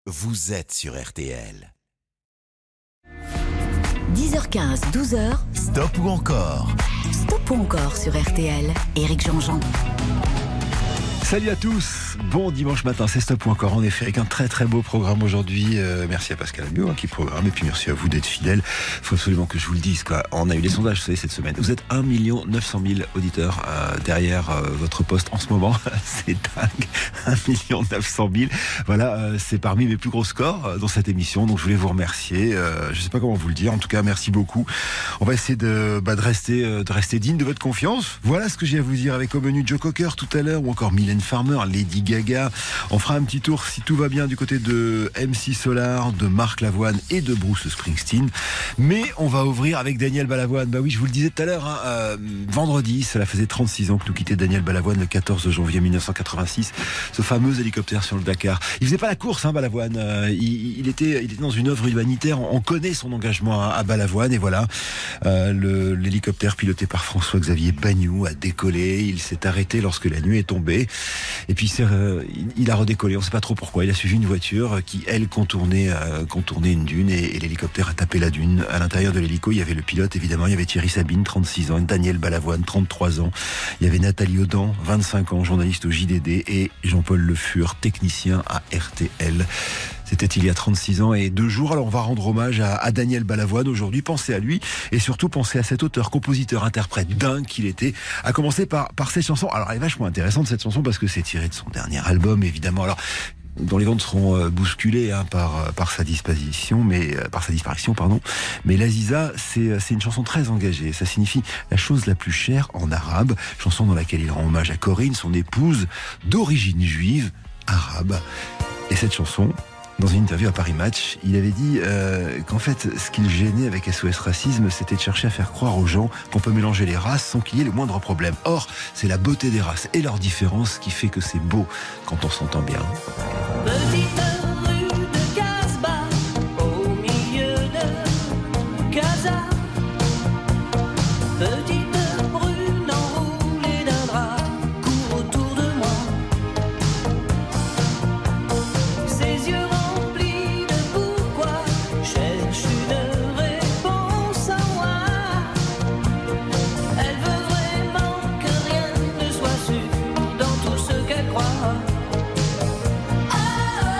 Vous êtes sur RTL. 10h15, 12h. Stop ou encore? Stop ou encore sur RTL. Éric Jean-Jean. Salut à tous, bon dimanche matin, c'est Stop ou encore, en effet, avec un très très beau programme aujourd'hui. Merci à Pascal Amiot qui programme, et puis merci à vous d'être fidèles. Il faut absolument que je vous le dise, quoi. On a eu les sondages, vous savez, cette semaine. Vous êtes 1 900 000 auditeurs derrière votre poste en ce moment. C'est dingue, 1 900 000. Voilà, c'est parmi mes plus gros scores dans cette émission, donc je voulais vous remercier. Je ne sais pas comment vous le dire, en tout cas, merci beaucoup. On va essayer de rester digne de votre confiance. Voilà ce que j'ai à vous dire, avec au menu Joe Cocker tout à l'heure, ou encore Mylène Farmer, Lady Gaga. On fera un petit tour, si tout va bien, du côté de MC Solar, de Marc Lavoine et de Bruce Springsteen. Mais on va ouvrir avec Daniel Balavoine. Bah oui, je vous le disais tout à l'heure, vendredi, cela faisait 36 ans que nous quittait Daniel Balavoine, le 14 janvier 1986. Ce fameux hélicoptère sur le Dakar. Il faisait pas la course, Balavoine. Il était dans une œuvre humanitaire. On connaît son engagement à Balavoine. Et voilà, l'hélicoptère piloté par François-Xavier Bagnoud a décollé. Il s'est arrêté lorsque la nuit est tombée. Et puis il a redécollé, on ne sait pas trop pourquoi. Il a suivi une voiture qui, elle, contournait une dune, et l'hélicoptère a tapé la dune. À l'intérieur de l'hélico, il y avait le pilote, évidemment. Il y avait Thierry Sabine, 36 ans, Daniel Balavoine, 33 ans. Il y avait Nathalie Audan, 25 ans, journaliste au JDD, et Jean-Paul Le Fur, technicien à RTL. C'était il y a 36 ans et 2 jours. Alors on va rendre hommage à Daniel Balavoine aujourd'hui. Pensez à lui et surtout pensez à cet auteur, compositeur, interprète dingue qu'il était. À commencer par cette chanson. Alors elle est vachement intéressante, cette chanson, parce que c'est tiré de son dernier album, évidemment. Alors dont les ventes seront bousculées par sa disparition, mais l'Aziza, c'est une chanson très engagée. Ça signifie la chose la plus chère en arabe. Chanson dans laquelle il rend hommage à Corinne, son épouse d'origine juive arabe. Et cette chanson, dans une interview à Paris Match, il avait dit qu'en fait, ce qui le gênait avec SOS Racisme, c'était de chercher à faire croire aux gens qu'on peut mélanger les races sans qu'il y ait le moindre problème. Or, c'est la beauté des races et leurs différences qui fait que c'est beau quand on s'entend bien. Petite rue de Casbah, au milieu de Casa. Petite brune enroulée d'un drap court autour de moi. Ses yeux remplis de pourquoi cherchent une réponse en moi. Elle veut vraiment que rien ne soit sûr dans tout ce qu'elle croit. Oh,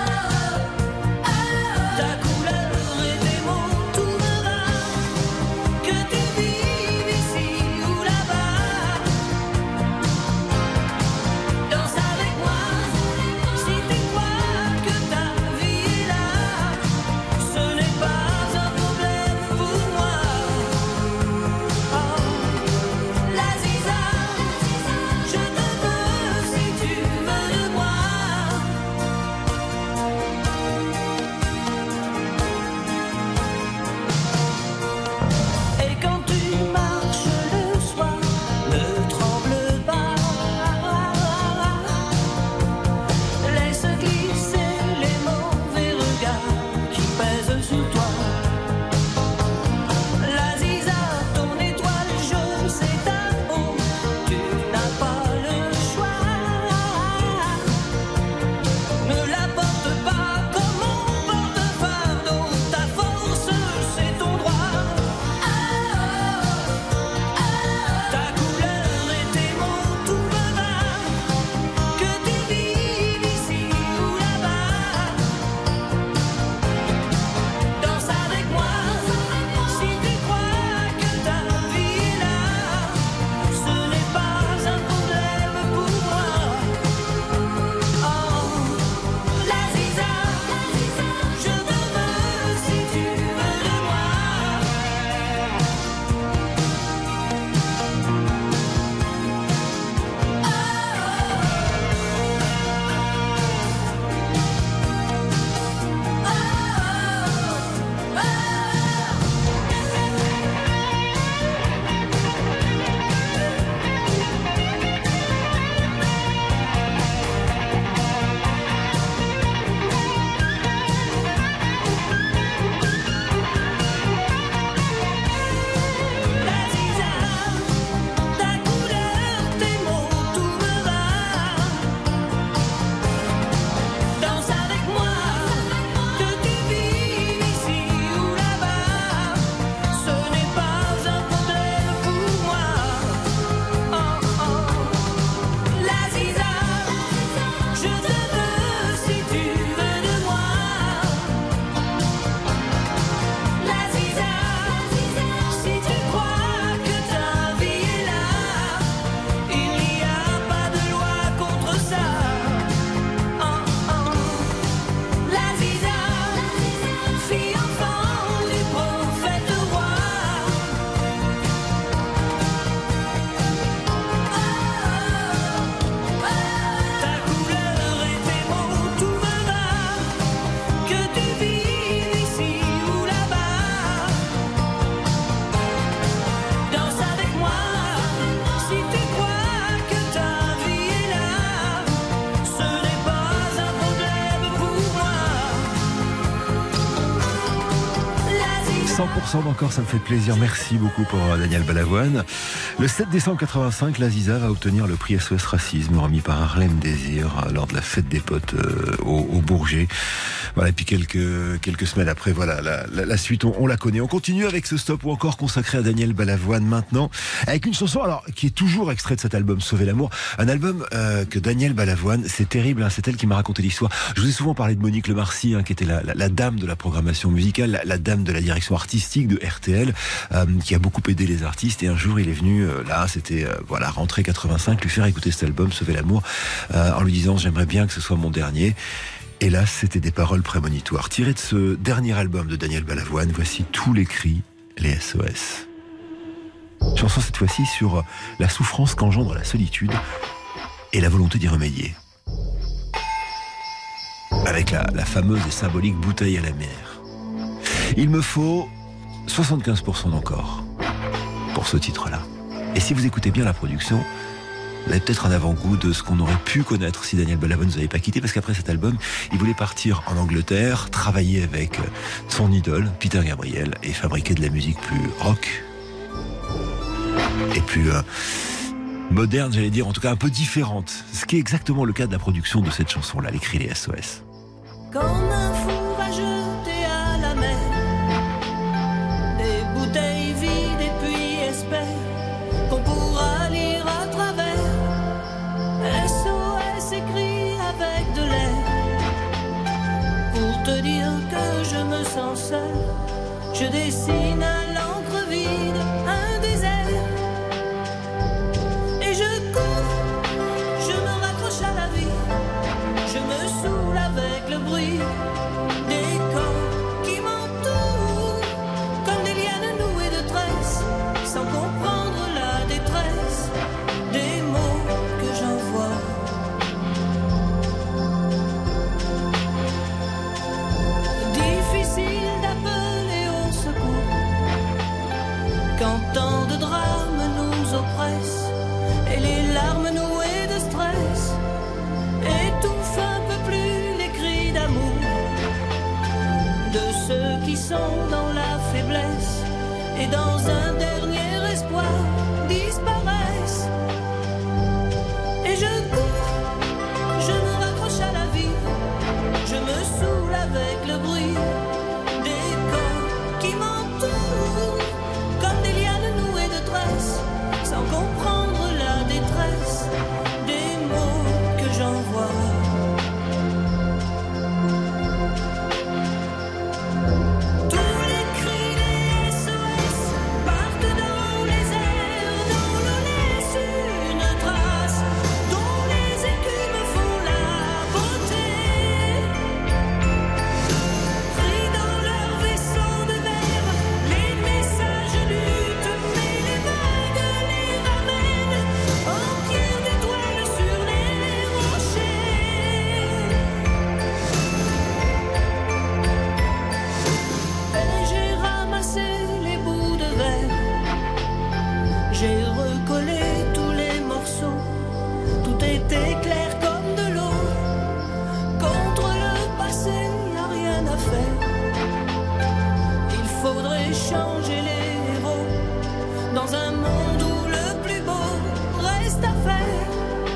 100% d'encore, ça me fait plaisir. Merci beaucoup pour Daniel Balavoine. Le 7 décembre 85, l'Aziza va obtenir le prix SOS Racisme remis par Harlem Désir lors de la fête des potes au Bourget. Voilà, et puis quelques semaines après, voilà, la suite, on la connaît. On continue avec ce stop ou encore consacré à Daniel Balavoine maintenant, avec une chanson alors qui est toujours extrait de cet album Sauver l'amour. Un album que Daniel Balavoine, c'est terrible, hein, c'est elle qui m'a raconté l'histoire. Je vous ai souvent parlé de Monique Lemarcy, hein, qui était la dame de la programmation musicale, la dame de la direction artistique de RTL, qui a beaucoup aidé les artistes. Et un jour, il est venu, là, c'était rentrée 85, lui faire écouter cet album Sauver l'amour, en lui disant j'aimerais bien que ce soit mon dernier. Et là, c'était des paroles prémonitoires. Tirées de ce dernier album de Daniel Balavoine, voici tous les cris, les SOS. Chanson cette fois-ci sur la souffrance qu'engendre la solitude et la volonté d'y remédier. Avec la fameuse et symbolique bouteille à la mer. Il me faut 75% d'encore pour ce titre-là. Et si vous écoutez bien la production, vous avez peut-être un avant-goût de ce qu'on aurait pu connaître si Daniel Balavoine ne nous avait pas quitté, parce qu'après cet album, il voulait partir en Angleterre, travailler avec son idole, Peter Gabriel, et fabriquer de la musique plus rock et plus moderne, j'allais dire, en tout cas un peu différente. Ce qui est exactement le cas de la production de cette chanson-là, les cris, les SOS. Comme un fou va jeter à la mer des bouteilles vides et puis espère qu'on pourra lire à travers. SOS écrit avec de l'air pour te dire que je me sens seul. Je dessine à l'encre vide un désert et je cours, je me raccroche à la vie, je me saoule avec le bruit des corps qui m'entourent comme des lianes nouées de tresses, sans comprendre la détresse des mots que j'envoie. Difficile d'appeler au secours quand tant de drames nous oppressent et les larmes nouées de stress étouffent un peu plus les cris d'amour de ceux qui sont dans la faiblesse et dans un dernier espoir disparaissent. Et je cours, je me raccroche à la vie, je me saoule avec le bruit des corps qui m'entourent comme des lianes nouées de tresses, sans comprendre la détresse des mots que j'envoie. Tous les cris des SOS partent dans les airs, dont l'on laisse une trace, dont les écumes font la beauté. Pris dans leur vaisseau de verre, les messages luttent, mais les vagues les ramènent en pierre d'étoiles sur les rochers. Et j'ai ramassé les bouts de verre, j'ai recollé tous les morceaux, tout était clair comme de l'eau. Contre le passé, y a rien à faire. Il faudrait changer les héros dans un monde où le plus beau reste à faire.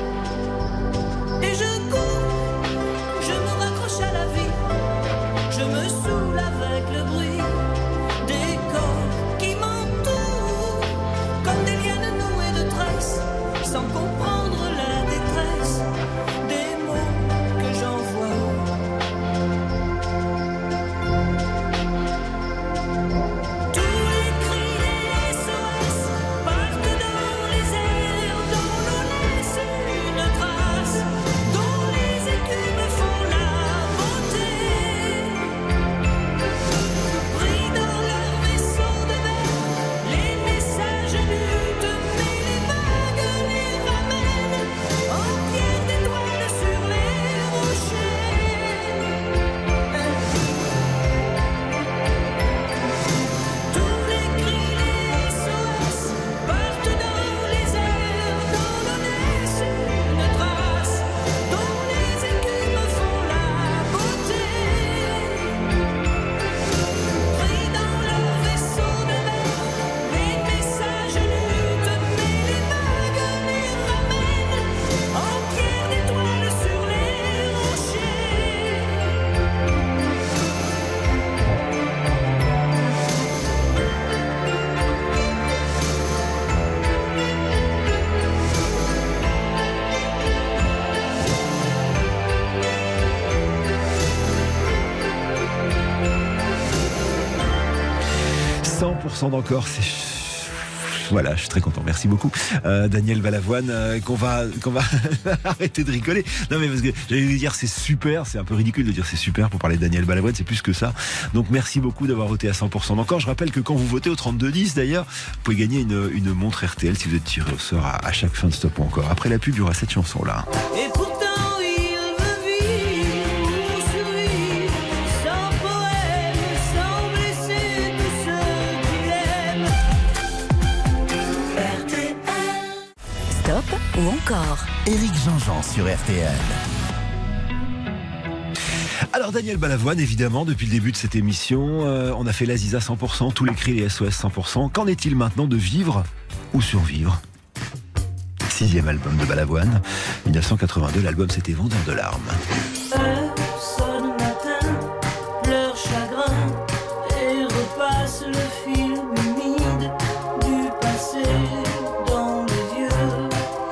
Et je cours, je me raccroche à la vie, je me saoule avec le bruit des corps qui m'entourent comme des lianes nouées de tresses, sans comprendre la détresse des mots que j'envoie. Tous les cris des SOS partent dans les airs, dont l'on laisse une trace, dont les écumes font la beauté. 100% d'encore, c'est... Voilà, je suis très content. Merci beaucoup, Daniel Balavoine, qu'on va arrêter de rigoler. Non, mais parce que j'allais dire c'est super, c'est un peu ridicule de dire c'est super pour parler de Daniel Balavoine, c'est plus que ça. Donc merci beaucoup d'avoir voté à 100% d'encore. Je rappelle que quand vous votez au 32-10 d'ailleurs, vous pouvez gagner une montre RTL si vous êtes tiré au sort à chaque fin de Stop ou encore. Après la pub, il y aura cette chanson-là. Et pourtant il veut vivre, survivre, sans poème, sans blesser tous ceux qu'il aime. RTL. Stop ou encore. Éric Jean-Jean sur RTL. Alors Daniel Balavoine, évidemment, depuis le début de cette émission, on a fait l'Aziza 100%, tous les cris, les SOS 100%. Qu'en est-il maintenant de vivre ou survivre ? 6e album de Balavoine, 1982, l'album c'était Vendeur de larmes. Sonne matin, pleure chagrin et repasse le film humide du passé dans les yeux.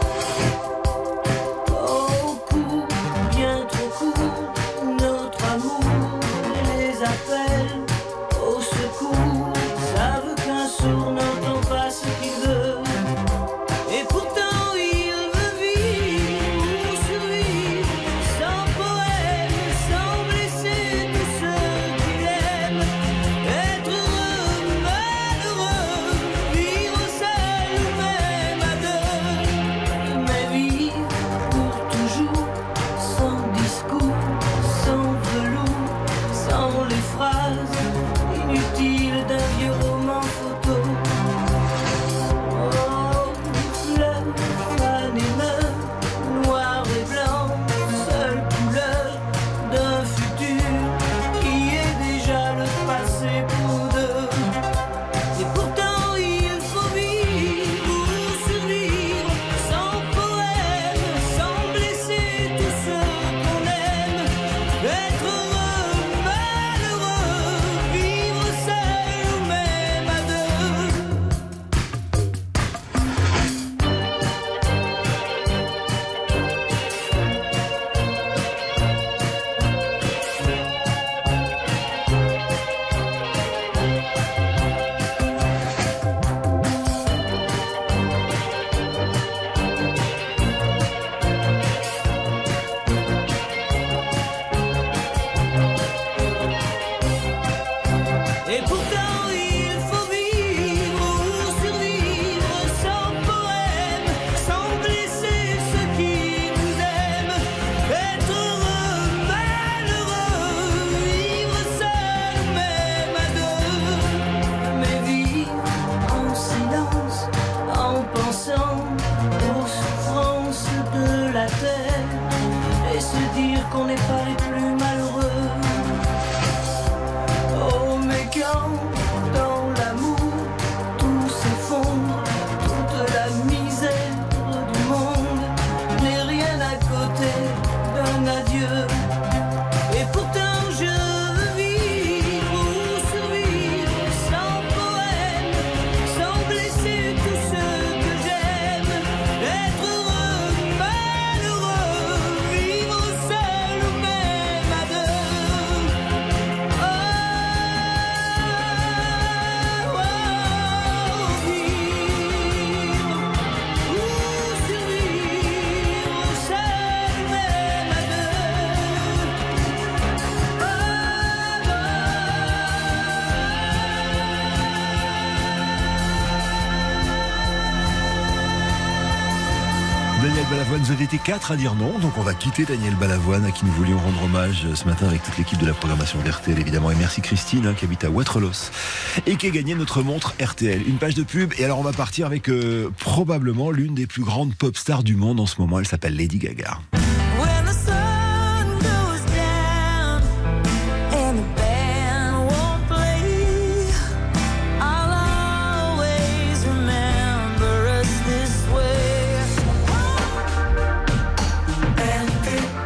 Au court, bien trop court, notre amour les appelle au secours. Ils savent qu'un sourd n'entend pas ce qu'il veut. Et pourtant il veut vivre, survivre, sans poème, sans blesser tous ceux qu'il aime. Être heureux, malheureux, vivre seul ou même à deux. Mais vivre pour toujours, sans discours, sans velours, sans les phrases inutiles d'un vieux roman photo. Oh, fleurs, fan et meurt, noir et blanc, seule couleur d'un futur qui est déjà le passé pour deux. Et pourtant il faut vivre ou survivre, sans poème, sans blesser tous ceux qu'on aime. Être heureux, malheureux, vivre seul ou même à deux. Et pourtant il faut vivre ou survivre, sans poème, sans blesser ceux qui nous aiment. Être heureux, malheureux, vivre seul ou même à deux. Mais vivre en silence, en pensant aux souffrances de la terre, et se dire qu'on n'est pas les plus malheureux. Oh, mais quand dans l'amour tout s'effondre, toute la misère du monde n'est rien à côté d'un adieu. Et pourtant je veux vivre ou survivre, sans poème, sans blesser tous ceux que j'aime. Être heureux, malheureux, vivre seul ou même à deux. Oh, vivre ou survivre, seul ou même à Daniel Balavoine, vous avez été 4 à dire non, donc on va quitter Daniel Balavoine à qui nous voulions rendre hommage ce matin avec toute l'équipe de la programmation d'RTL évidemment. Et merci Christine qui habite à Waterlos et qui a gagné notre montre RTL. Une page de pub et alors on va partir avec probablement l'une des plus grandes pop stars du monde en ce moment. Elle s'appelle Lady Gaga. When the sun goes down and the band won't play, I'll always remember us this way.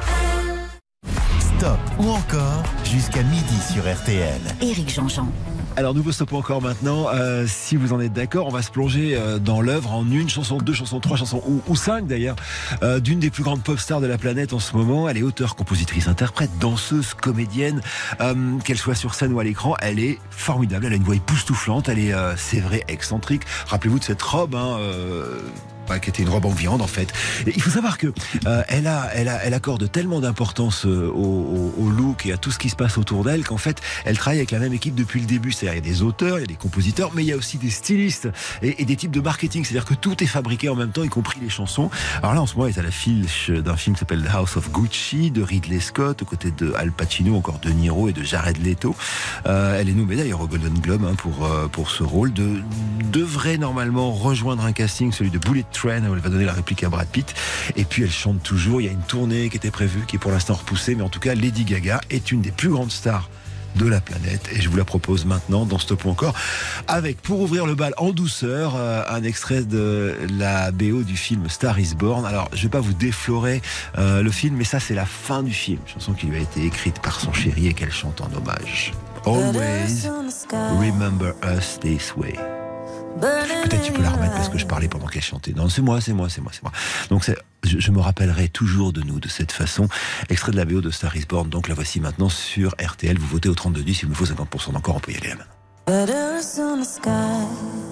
Stop ou encore jusqu'à midi sur RTL. Éric Jean-Jean. Alors, nouveau stop encore maintenant. Si vous en êtes d'accord, on va se plonger dans l'œuvre en une chanson, 2 chansons, 3 chansons ou 5 d'ailleurs, d'une des plus grandes pop stars de la planète en ce moment. Elle est auteure, compositrice, interprète, danseuse, comédienne. Qu'elle soit sur scène ou à l'écran, elle est formidable. Elle a une voix époustouflante. Elle est, c'est vrai, excentrique. Rappelez-vous de cette robe, qui était une robe en viande en fait. Et il faut savoir que elle accorde tellement d'importance au look et à tout ce qui se passe autour d'elle qu'en fait elle travaille avec la même équipe depuis le début. C'est-à-dire il y a des auteurs, il y a des compositeurs, mais il y a aussi des stylistes et des types de marketing. C'est-à-dire que tout est fabriqué en même temps, y compris les chansons. Alors là en ce moment elle est à l'affiche d'un film qui s'appelle The House of Gucci de Ridley Scott, aux côtés de Al Pacino, encore de Niro et de Jared Leto. Elle est nommée d'ailleurs au Golden Globe pour ce rôle. Devrait normalement rejoindre un casting, celui de Bullet Train, où elle va donner la réplique à Brad Pitt. Et puis elle chante toujours. Il y a une tournée qui était prévue, qui est pour l'instant repoussée, mais en tout cas Lady Gaga est une des plus grandes stars de la planète et je vous la propose maintenant dans Stop ou encore avec, pour ouvrir le bal en douceur, un extrait de la BO du film Star is Born. Alors je vais pas vous déflorer le film, mais ça c'est la fin du film, chanson qui lui a été écrite par son chéri et qu'elle chante en hommage. Always remember us this way. Peut-être tu peux la remettre parce que je parlais pendant qu'elle chantait. Non, c'est moi. Donc je me rappellerai toujours de nous de cette façon. Extrait de la BO de Star is Born. Donc la voici maintenant sur RTL. Vous votez au 3210. S'il vous faut 50% d'encore, on peut y aller là. Letters on the sky,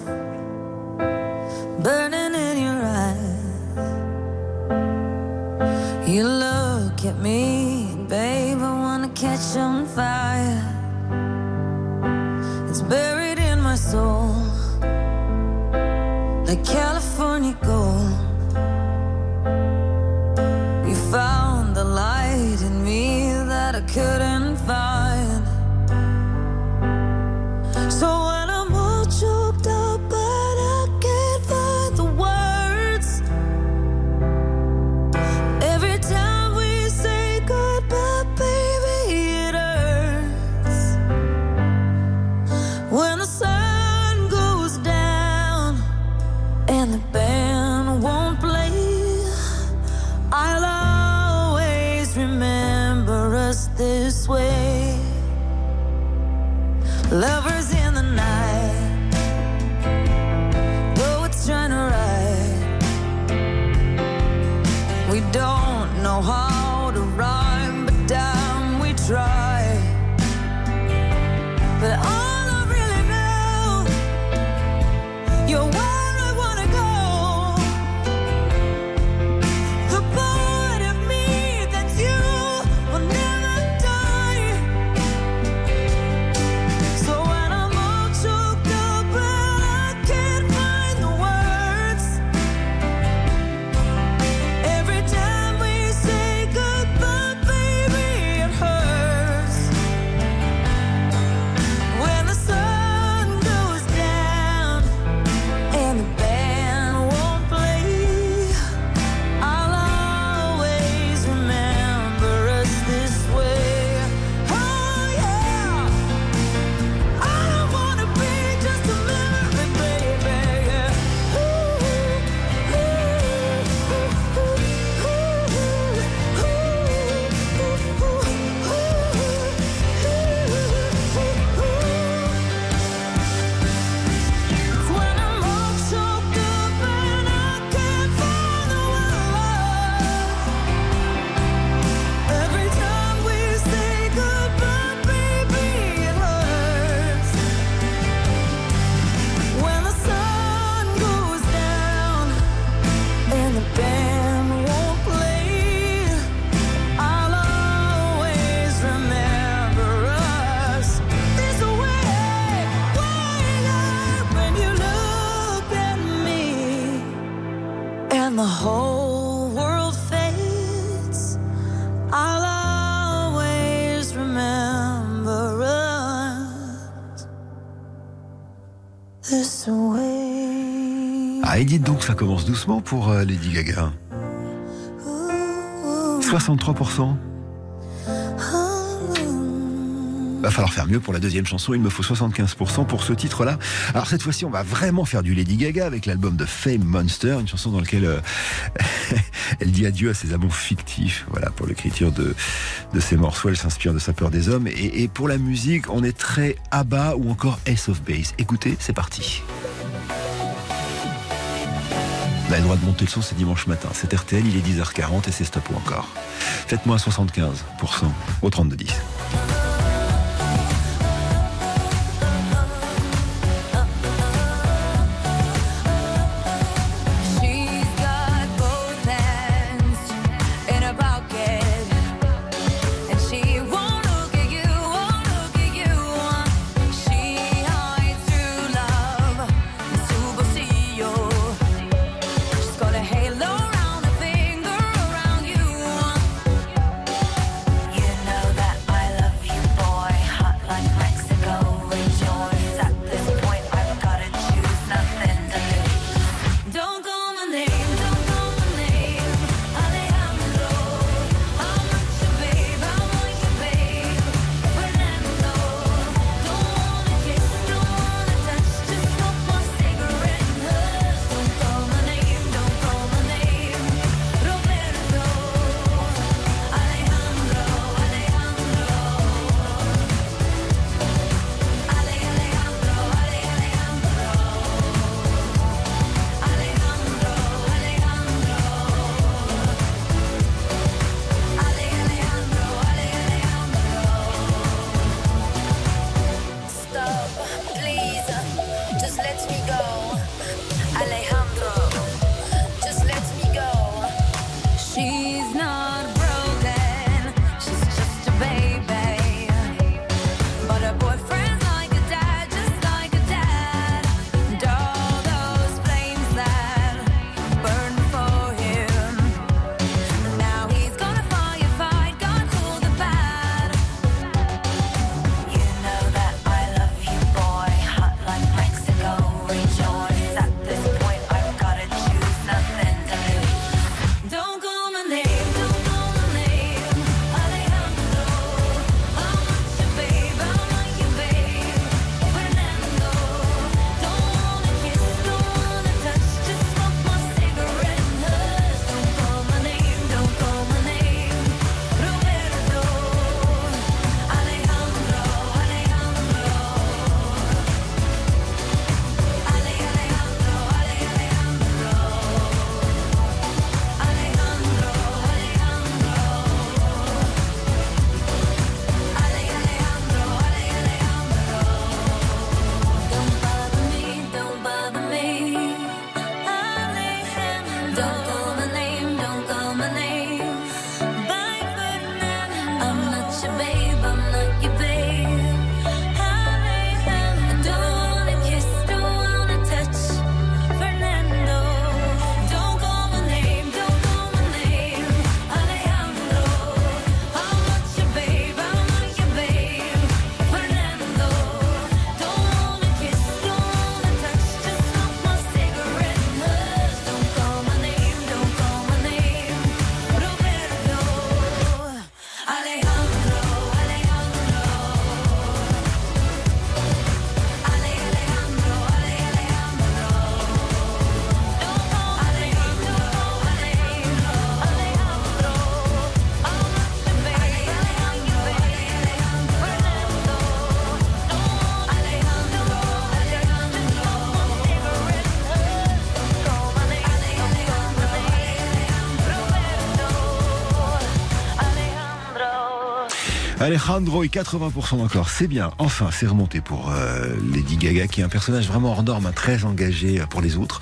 burning in your eyes. You look at me, babe, I wanna catch on fire. It's buried in my soul, like California gold. You found the light in me that I couldn't find. So when I'm all choked up but I can't find the words, every time we say goodbye, baby, it hurts. When the sun goes down and the band won't play, I'll always remember us this way. Lovers in the night, though it's trying to ride. We don't know how to rhyme, but damn, we try. But all I really know, you're where I wanna go. The part of me that you will never die. So when I'm all choked up and I can't find the words, every time we say goodbye, baby, it hurts. When the sun goes down and the band won't play, I'll always remember us this way. Oh yeah, I don't wanna be just a memory, baby. Yeah. When I'm all choked up and I can't find the word, every time we say goodbye, baby, it hurts. When the sun goes down and the band won't play, I'll always remember us this way. When you look at me and the whole world fades, I'll always remember us this way. Ah, et dites donc, ça commence doucement pour Lady Gaga. 63%. va falloir faire mieux pour la deuxième chanson. Il me faut 75% pour ce titre-là. Alors cette fois-ci, on va vraiment faire du Lady Gaga avec l'album de Fame Monster, une chanson dans laquelle elle dit adieu à ses amours fictifs. Voilà, pour l'écriture de ses morceaux, elle s'inspire de sa peur des hommes. Et pour la musique, on est très ABBA ou encore Ace of Base. Écoutez, c'est parti. Vous avez le droit de monter le son, c'est dimanche matin. C'est RTL, il est 10h40 et c'est Stop ou encore. Faites-moi 75% au 32-10. Alejandro et 80% encore, c'est bien. Enfin, c'est remonté pour Lady Gaga, qui est un personnage vraiment hors norme, très engagé pour les autres,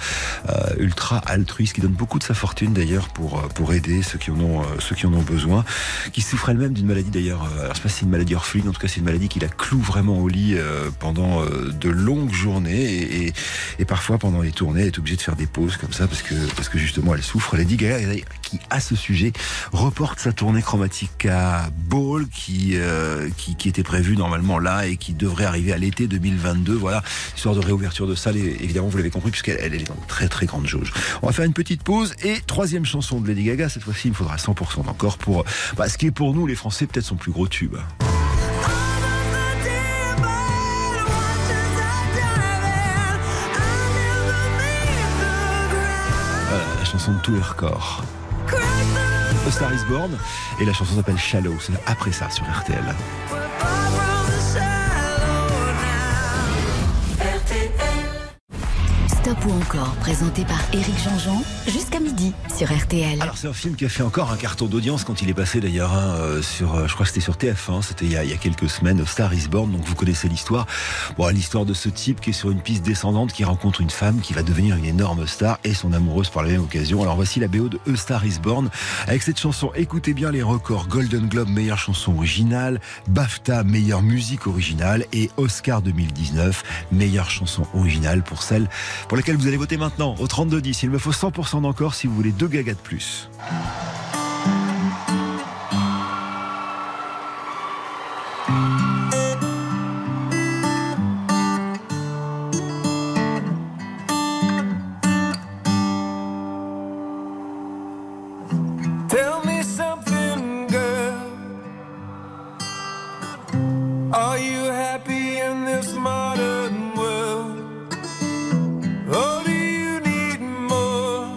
ultra altruiste, qui donne beaucoup de sa fortune d'ailleurs pour aider ceux qui en ont besoin, qui souffre elle-même d'une maladie d'ailleurs. Alors, je sais pas si c'est une maladie orpheline, en tout cas c'est une maladie qui la cloue vraiment au lit pendant de longues journées et parfois pendant les tournées, elle est obligée de faire des pauses comme ça parce que justement elle souffre. Lady Gaga, qui à ce sujet reporte sa tournée Chromatica Ball qui était prévue normalement là et qui devrait arriver à l'été 2022. Voilà, histoire de réouverture de salle, et évidemment vous l'avez compris puisqu'elle est dans de très très grande jauge. On va faire une petite pause et troisième chanson de Lady Gaga. Cette fois-ci il me faudra 100% encore pour ce qui est pour nous les Français peut-être son plus gros tube. chanson de tous les records. A Star Is Born, et la chanson s'appelle Shallow. C'est après ça sur RTL. Stop ou encore, présenté par Éric Jean-Jean, jusqu'à midi sur RTL. Alors c'est un film qui a fait encore un carton d'audience quand il est passé d'ailleurs sur, je crois que c'était sur TF1, c'était il y a quelques semaines, A Star Is Born, donc vous connaissez l'histoire. Bon, l'histoire de ce type qui est sur une piste descendante, qui rencontre une femme qui va devenir une énorme star et son amoureuse par la même occasion. Alors voici la BO de A Star Is Born, avec cette chanson, écoutez bien les records: Golden Globe meilleure chanson originale, BAFTA meilleure musique originale et Oscar 2019 meilleure chanson originale pour laquelle vous allez voter maintenant au 32-10. Il me faut 100% d'encore si vous voulez 2 gagas de plus. Tell me something, girl. Are you happy in this modern world? Or do you need more?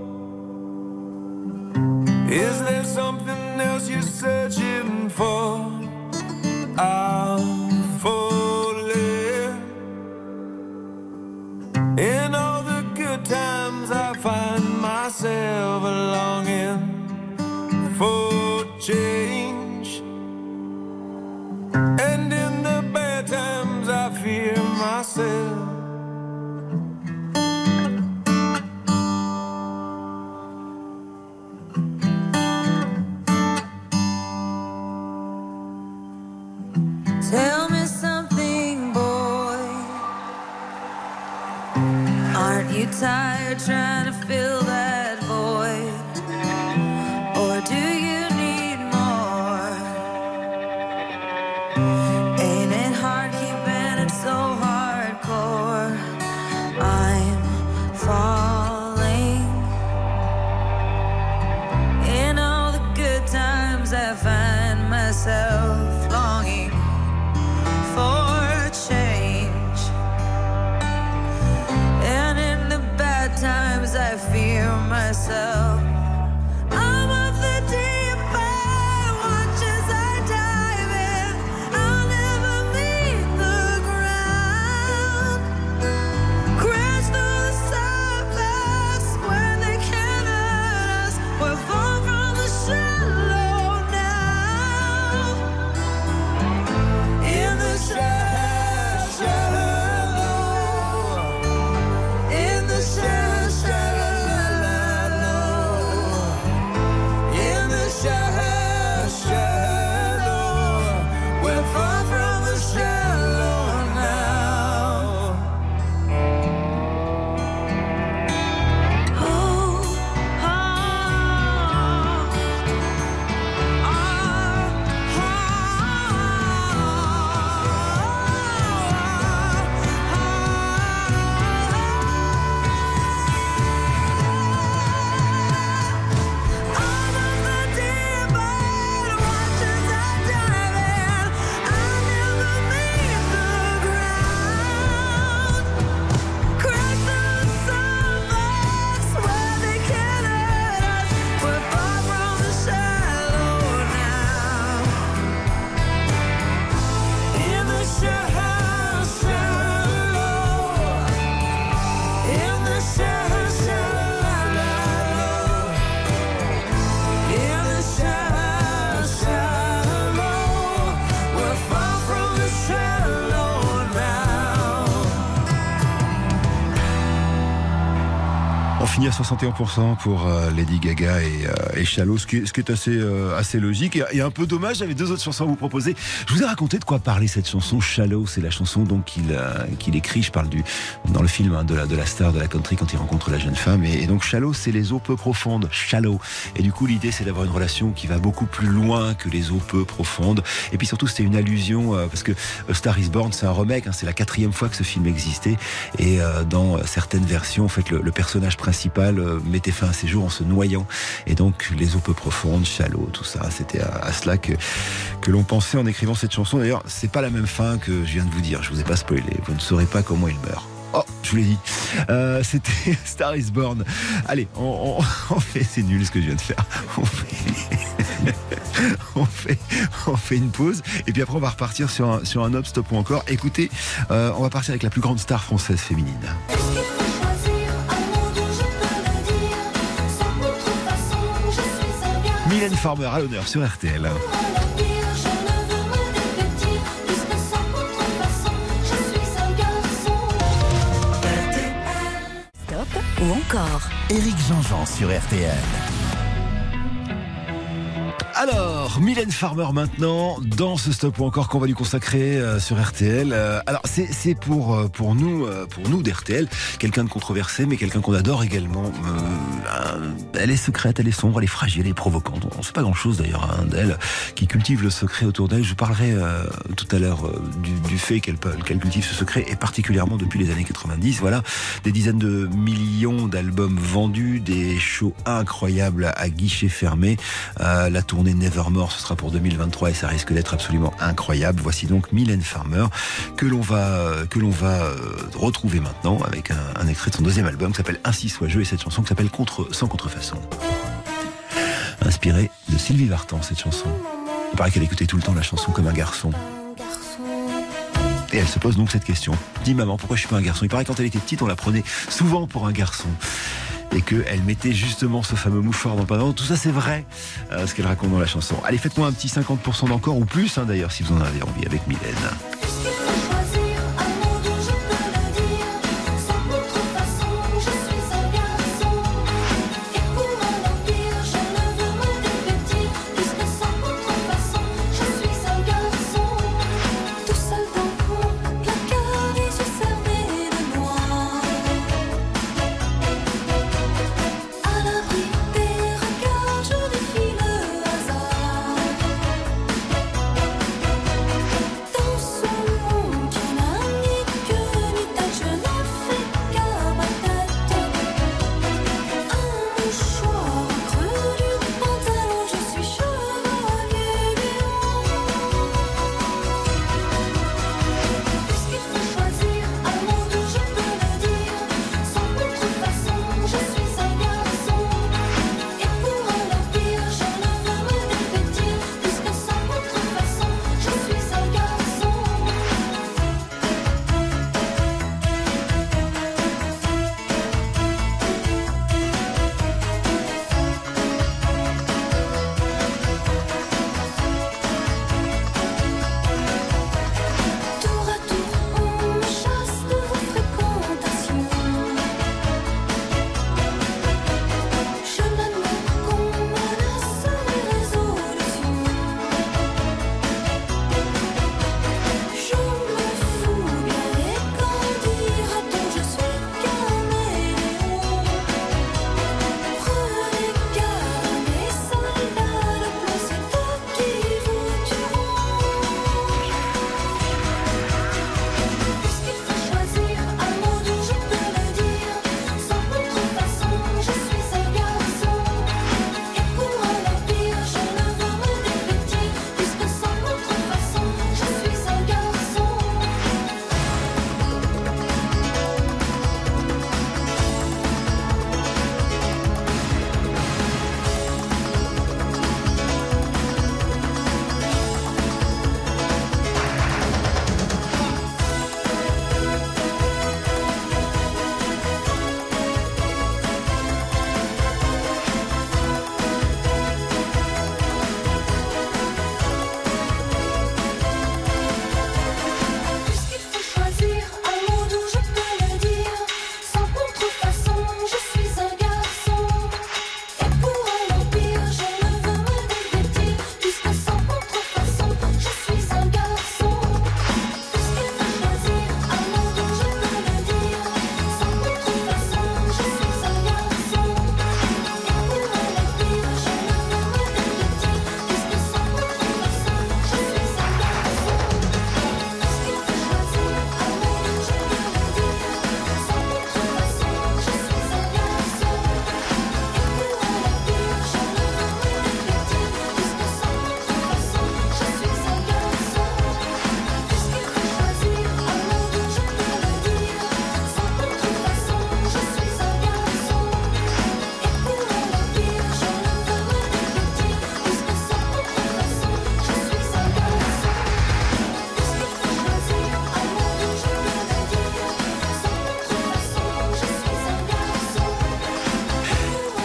Is there something else you're searching for? I'm falling. In all the good times I find myself longing for change. And in the bad times I fear myself. Tell me something, boy. Aren't you tired trying to fill that void? Or do you need more? Ain't it hard keeping it so hardcore? I'm falling. In all the good times I find myself longing for change, and in the bad times I fear myself. I'm of the deep end, watch as I dive in. I'll never meet the ground. Crash through the surface where they can't hurt us. We're far from the shallow now. In the shallow, in the shallow, in the shallow, we're far from the shallow now. Oh, On finit à 61% pour Lady Gaga et Shallow, ce qui est assez logique et un peu dommage. J'avais 2 autres chansons à vous proposer. Je vous ai raconté de quoi parlait cette chanson. Shallow, c'est la chanson donc qu'il écrit. Je parle dans le film de la star de la country quand il rencontre la jeune femme. Et donc Shallow, c'est les eaux peu profondes. Shallow. Et du coup, l'idée, c'est d'avoir une relation qui va beaucoup plus loin que les eaux peu profondes. Et puis surtout, c'était une allusion parce que A Star Is Born, c'est un remake. C'est la 4e fois que ce film existait. Et dans certaines versions, en fait, le personnage principal mettait fin à ses jours en se noyant. Et donc, les eaux peu profondes, Shallow, tout ça, c'était à cela que l'on pensait en écrivant cette chanson. D'ailleurs, c'est pas la même fin que je viens de vous dire. Je vous ai pas spoilé. Vous ne saurez pas comment il meurt. Oh, je vous l'ai dit. C'était Star is Born. Allez, on fait, c'est nul ce que je viens de faire. On fait une pause et puis après on va repartir sur un non-stop ou encore. Écoutez, on va partir avec la plus grande star française féminine. Mylène Farmer à l'honneur sur RTL. Stop ou encore. Éric Jean-Jean sur RTL. Alors, Mylène Farmer maintenant, dans ce stop ou encore qu'on va lui consacrer sur RTL. Alors, c'est pour nous d'RTL, quelqu'un de controversé, mais quelqu'un qu'on adore également. Elle est secrète, elle est sombre, elle est fragile, elle est provocante. On ne sait pas grand-chose d'ailleurs d'elle, qui cultive le secret autour d'elle. Je parlerai tout à l'heure du fait qu'elle cultive ce secret, et particulièrement depuis les années 90. Voilà, des dizaines de millions d'albums vendus, des shows incroyables à guichet fermé. La tournée Nevermore, ce sera pour 2023 et ça risque d'être absolument incroyable. Voici donc Mylène Farmer que l'on va retrouver maintenant avec un extrait de son deuxième album qui s'appelle Ainsi soit je, et cette chanson qui s'appelle Sans contrefaçon. Inspirée de Sylvie Vartan, cette chanson. Il paraît qu'elle écoutait tout le temps la chanson comme un garçon. Et elle se pose donc cette question. Dis maman, pourquoi je suis pas un garçon? Il paraît que quand elle était petite, on la prenait souvent pour un garçon. Et qu'elle mettait justement ce fameux mouchoir dans le pantalon. Tout ça, c'est vrai, ce qu'elle raconte dans la chanson. Allez, faites-moi un petit 50% d'encore, ou plus, d'ailleurs, si vous en avez envie, avec Mylène.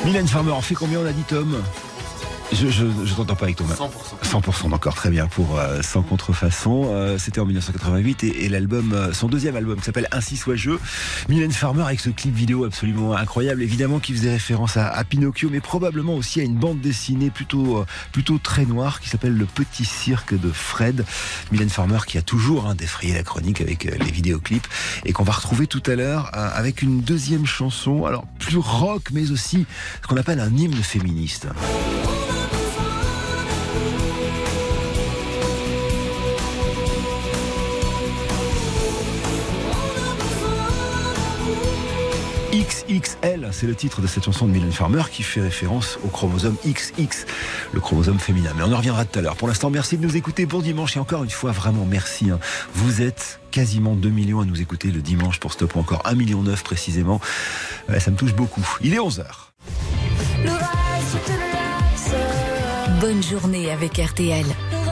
Mylène Farmer, on fait combien on a dit, Tom ? Je t'entends pas avec ton 100% d'accord, très bien, pour Sans Contrefaçon. C'était en 1988 et l'album, son deuxième album qui s'appelle Ainsi soit je. Mylène Farmer avec ce clip vidéo absolument incroyable, évidemment qui faisait référence à Pinocchio, mais probablement aussi à une bande dessinée plutôt très noire qui s'appelle Le Petit Cirque de Fred. Mylène Farmer qui a toujours défrayé la chronique avec les vidéoclips et qu'on va retrouver tout à l'heure avec une deuxième chanson, alors plus rock mais aussi ce qu'on appelle un hymne féministe. XXL, c'est le titre de cette chanson de Mylène Farmer qui fait référence au chromosome XX, le chromosome féminin. Mais on en reviendra tout à l'heure. Pour l'instant, merci de nous écouter. Bon dimanche et encore une fois, vraiment merci. Vous êtes quasiment 2 millions à nous écouter le dimanche pour Stop ou encore 1,9 million précisément. Ça me touche beaucoup. Il est 11h. Bonne journée avec RTL.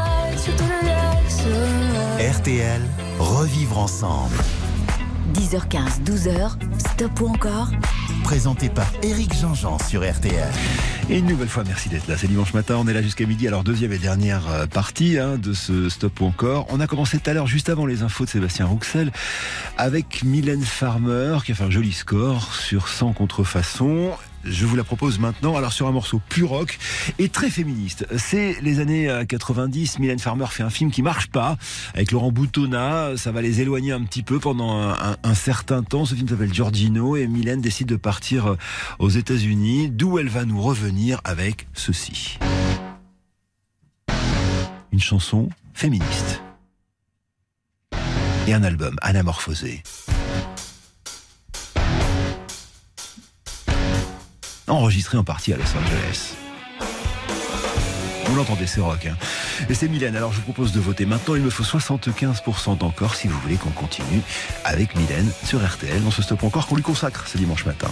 RTL, revivre ensemble. 10h15, 12h, Stop ou encore Présenté par Éric Jean-Jean sur RTL. Et une nouvelle fois, merci d'être là. C'est dimanche matin, on est là jusqu'à midi. Alors, deuxième et dernière partie de ce Stop ou encore. On a commencé tout à l'heure, juste avant les infos de Sébastien Rouxel, avec Mylène Farmer, qui a fait un joli score sur Sans Contrefaçon. Je vous la propose maintenant, alors sur un morceau plus rock et très féministe. C'est les années 90, Mylène Farmer fait un film qui marche pas, avec Laurent Boutonnat, ça va les éloigner un petit peu pendant un certain temps. Ce film s'appelle Giorgino et Mylène décide de partir aux États-Unis, d'où elle va nous revenir avec ceci. Une chanson féministe. Et un album, Anamorphosé. Enregistré en partie à Los Angeles. Vous l'entendez, c'est rock. Et c'est Mylène, alors je vous propose de voter maintenant. Il me faut 75% d'encore si vous voulez qu'on continue avec Mylène sur RTL dans ce Stop encore qu'on lui consacre ce dimanche matin.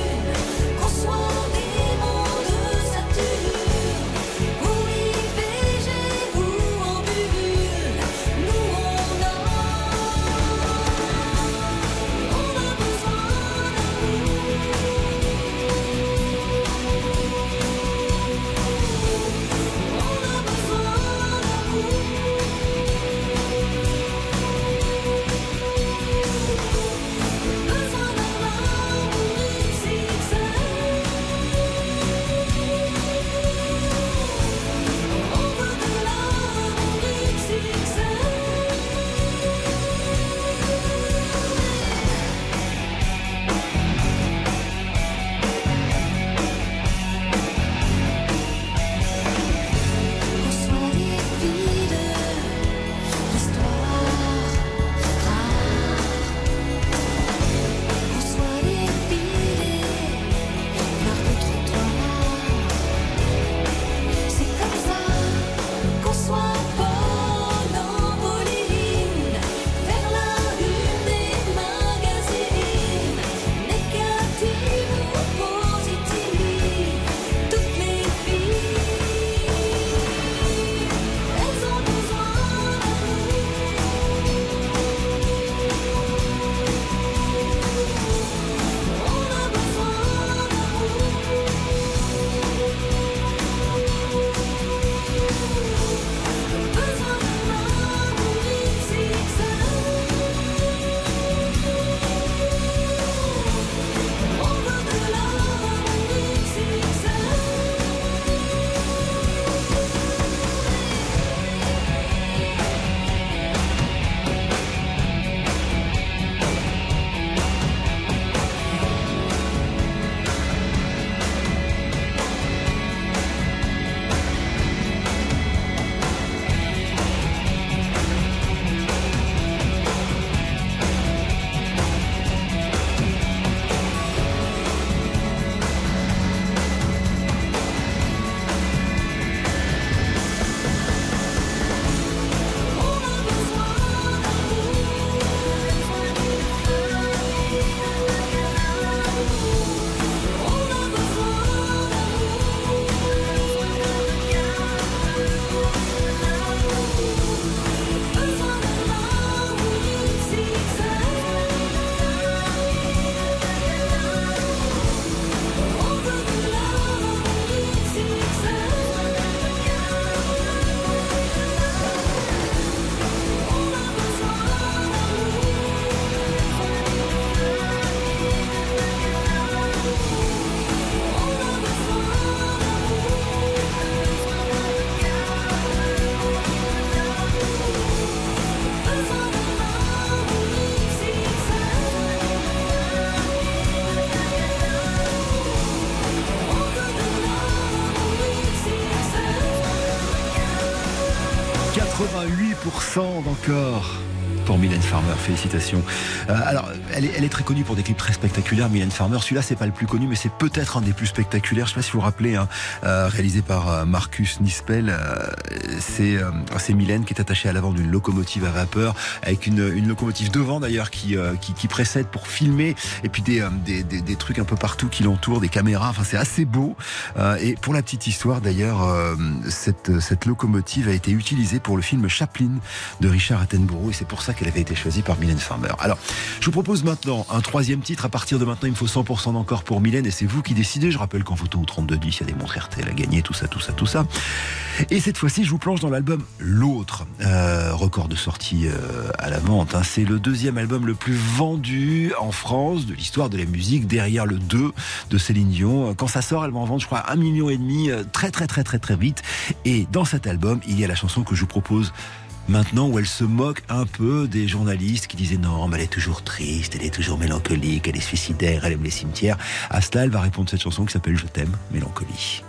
Qu'on soit des mondes Saturne, où 88% d'encore pour Mylène Farmer, félicitations. Alors, elle est très connue pour des clips très spectaculaires, Mylène Farmer. Celui-là, c'est pas le plus connu, mais c'est peut-être un des plus spectaculaires. Je sais pas si vous vous rappelez, réalisé par Marcus Nispel. C'est Mylène qui est attachée à l'avant d'une locomotive à vapeur, avec une locomotive devant d'ailleurs qui précède pour filmer, et puis des trucs un peu partout qui l'entourent, des caméras. Enfin, c'est assez beau. Et pour la petite histoire d'ailleurs, cette locomotive a été utilisée pour le film Chaplin de Richard Attenborough, et c'est pour ça qu'elle avait été choisie par Mylène Farmer. Alors, je vous propose maintenant un troisième titre. À partir de maintenant, il me faut 100% d'encore pour Mylène, et c'est vous qui décidez. Je rappelle qu'en photo au 3210, il y a des montres RTL à gagner, tout ça. Et cette fois-ci, je vous plonge dans l'album L'Autre, record de sortie à la vente. C'est le deuxième album le plus vendu en France de l'histoire de la musique, derrière le 2 de Céline Dion. Quand ça sort, elle va en vendre, je crois, 1,5 million, très vite. Et dans cet album, il y a la chanson que je vous propose maintenant, où elle se moque un peu des journalistes qui disaient non, mais elle est toujours triste, elle est toujours mélancolique, elle est suicidaire, elle aime les cimetières. À cela, elle va répondre cette chanson qui s'appelle Je t'aime, Mélancolie.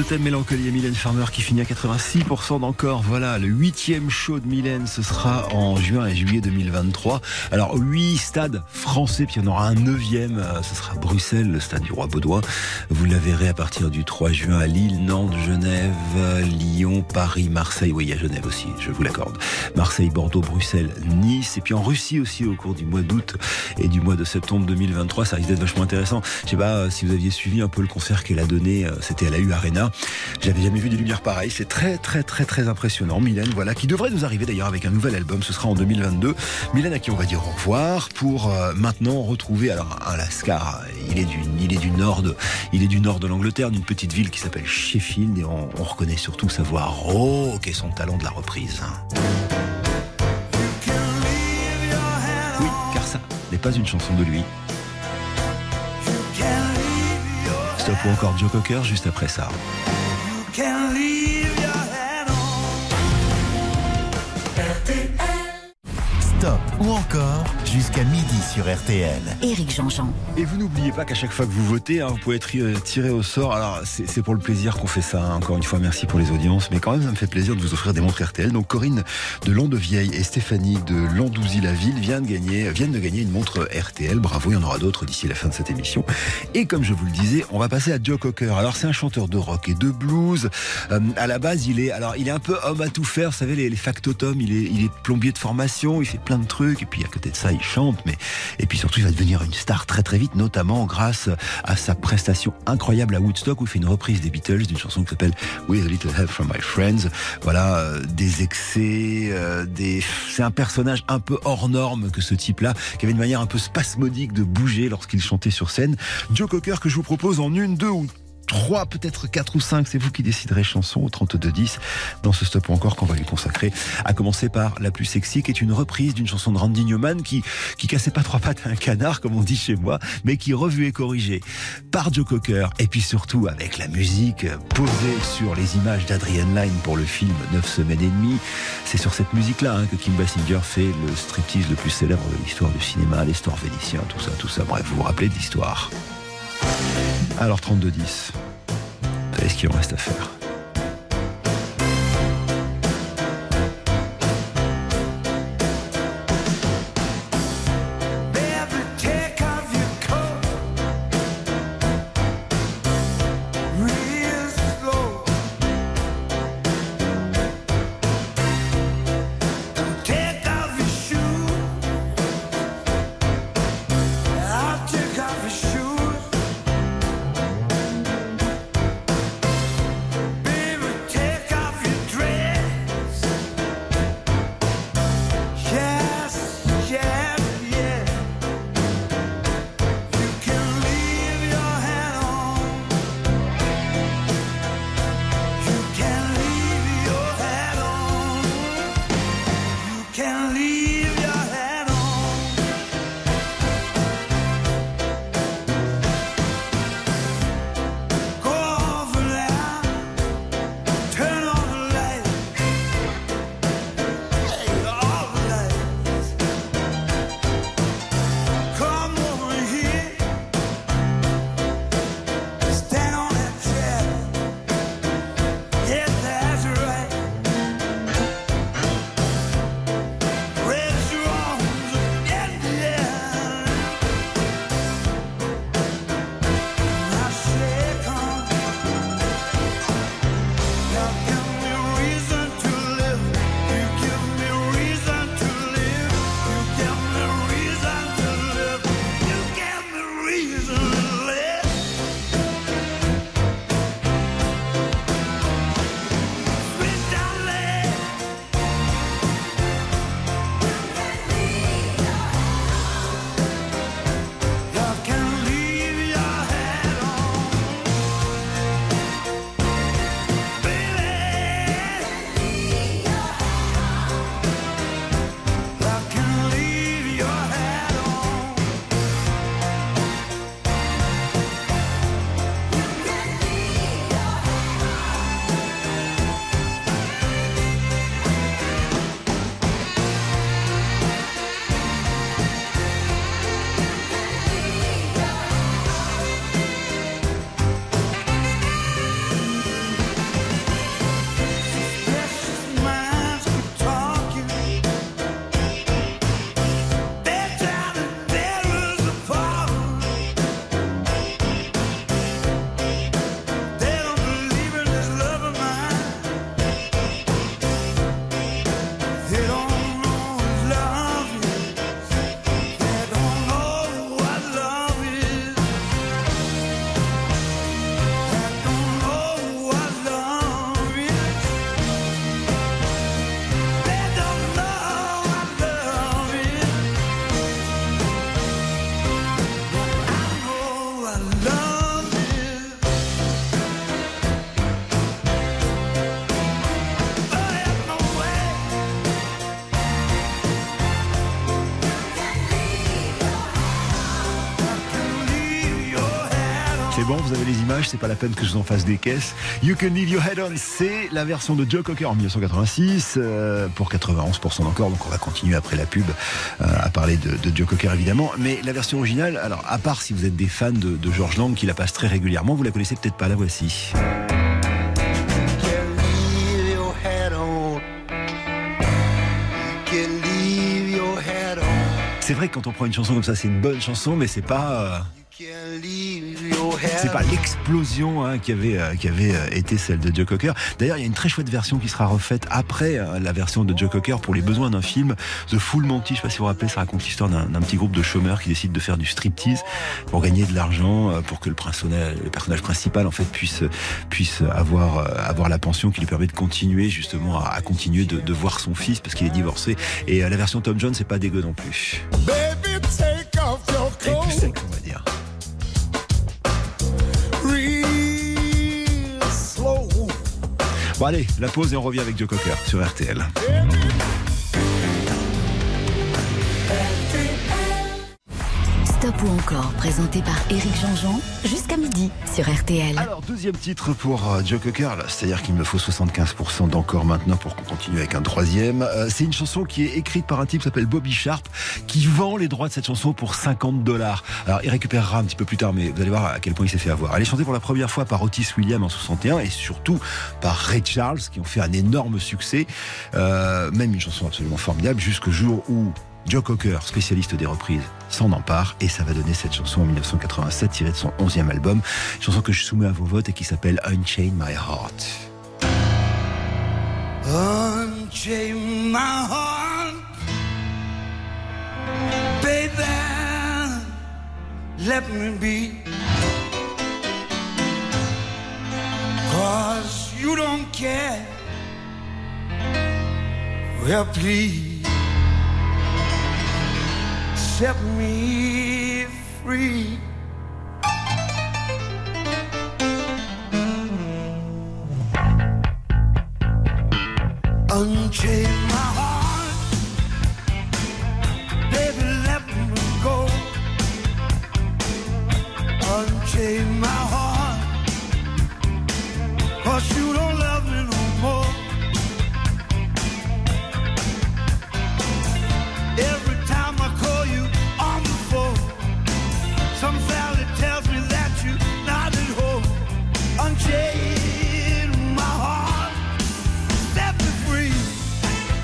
t'aime Mélancolie et Mylène Farmer qui finit à 86% d'encore. Voilà, le 8e show de Mylène, ce sera en juin et juillet 2023. Alors 8 stades français, puis il y en aura un 9e, ce sera Bruxelles, le stade du Roi Baudouin. Vous la verrez à partir du 3 juin à Lille, Nantes, Genève, Lyon, Paris, Marseille. Oui, il y a Genève aussi, je vous l'accorde. Marseille, Bordeaux, Bruxelles, Nice. Et puis en Russie aussi au cours du mois d'août et du mois de septembre 2023. Ça risque d'être vachement intéressant. Je sais pas si vous aviez suivi un peu le concert qu'elle a donné, c'était à la U Arena. J'avais jamais vu des lumières pareilles. C'est très impressionnant. Mylène, voilà, qui devrait nous arriver d'ailleurs avec un nouvel album. Ce sera en 2022. Mylène à qui on va dire au revoir pour maintenant retrouver alors un Lascar. Il est du nord de l'Angleterre, d'une petite ville qui s'appelle Sheffield, et on reconnaît surtout sa voix rauque et son talent de la reprise. Oui, car ça n'est pas une chanson de lui. Stop ou encore Joe Cocker juste après ça. Stop ou encore jusqu'à midi sur RTL. Éric Jean-Jean. Et vous n'oubliez pas qu'à chaque fois que vous votez, vous pouvez être tiré au sort. Alors c'est pour le plaisir qu'on fait ça. Encore une fois, merci pour les audiences. Mais quand même, ça me fait plaisir de vous offrir des montres RTL. Donc Corinne de Landevieille et Stéphanie de Landouzy-la-Ville viennent de gagner une montre RTL. Bravo, il y en aura d'autres d'ici la fin de cette émission. Et comme je vous le disais, on va passer à Joe Cocker. Alors c'est un chanteur de rock et de blues. À la base, il est un peu homme à tout faire. Vous savez, les factotums. Il est plombier de formation. Il fait plein de trucs. Et puis à côté de ça, il chante. Et puis surtout, il va devenir une star très vite, notamment grâce à sa prestation incroyable à Woodstock où il fait une reprise des Beatles d'une chanson qui s'appelle With a Little Help from My Friends. Voilà, des excès, c'est un personnage un peu hors norme que ce type-là, qui avait une manière un peu spasmodique de bouger lorsqu'il chantait sur scène. Joe Cocker que je vous propose en 1, 2 ou 3, peut-être 4 ou 5, c'est vous qui déciderez, chansons au 32-10 dans ce stop ou encore qu'on va lui consacrer, à commencer par la plus sexy, qui est une reprise d'une chanson de Randy Newman qui cassait pas 3 pattes à un canard comme on dit chez moi, mais qui revue et corrigée par Joe Cocker, et puis surtout avec la musique posée sur les images d'Adrian Lyne pour le film 9 semaines et demie. C'est sur cette musique-là que Kim Basinger fait le striptease le plus célèbre de l'histoire du cinéma, les stores vénitiens, tout ça, bref, vous vous rappelez de l'histoire. Alors 32-10, vous savez ce qu'il en reste à faire. bon, vous avez les images, c'est pas la peine que je vous en fasse des caisses. You Can Leave Your Head On, c'est la version de Joe Cocker en 1986 pour 91% d'encore. Donc on va continuer après la pub à parler de Joe Cocker évidemment. Mais la version originale, alors à part si vous êtes des fans de George Lang qui la passe très régulièrement, vous la connaissez peut-être pas, la voici. C'est vrai que quand on prend une chanson comme ça, c'est une bonne chanson, mais c'est pas l'explosion qui avait été celle de Joe Cocker. D'ailleurs, il y a une très chouette version qui sera refaite après la version de Joe Cocker pour les besoins d'un film, The Full Monty. Je ne sais pas si vous vous rappelez, ça raconte l'histoire d'un petit groupe de chômeurs qui décident de faire du striptease pour gagner de l'argent, pour que le personnage principal en fait puisse avoir la pension qui lui permet de continuer justement à continuer de voir son fils parce qu'il est divorcé. Et la version Tom Jones, c'est pas dégueu non plus. Baby, take off your Et coat. plus sec, on va dire. Real slow. Bon allez, la pause et on revient avec Joe Cocker sur RTL. Stop ou encore, présenté par Éric Jean-Jean, jusqu'à midi sur RTL. Alors, deuxième titre pour Joe Cocker, c'est-à-dire qu'il me faut 75% d'encore maintenant pour qu'on continue avec un troisième. C'est une chanson qui est écrite par un type qui s'appelle Bobby Sharp, qui vend les droits de cette chanson pour $50. Alors, il récupérera un petit peu plus tard, mais vous allez voir à quel point il s'est fait avoir. Elle est chantée pour la première fois par Otis Williams en 61 et surtout par Ray Charles, qui ont fait un énorme succès. Même une chanson absolument formidable, jusqu'au jour où Joe Cocker, spécialiste des reprises, s'en empare et ça va donner cette chanson en 1987 tirée de son 11e album, une chanson que je soumets à vos votes et qui s'appelle Unchain My Heart. Unchain my heart, baby, let me be, 'cause you don't care, well please set me free. Unchain my heart, baby, let me go. Unchain my heart, 'cause you don't love me no more. Every time I call you on the phone, some valley tells me that you're not at home. Unchain my heart, set me free.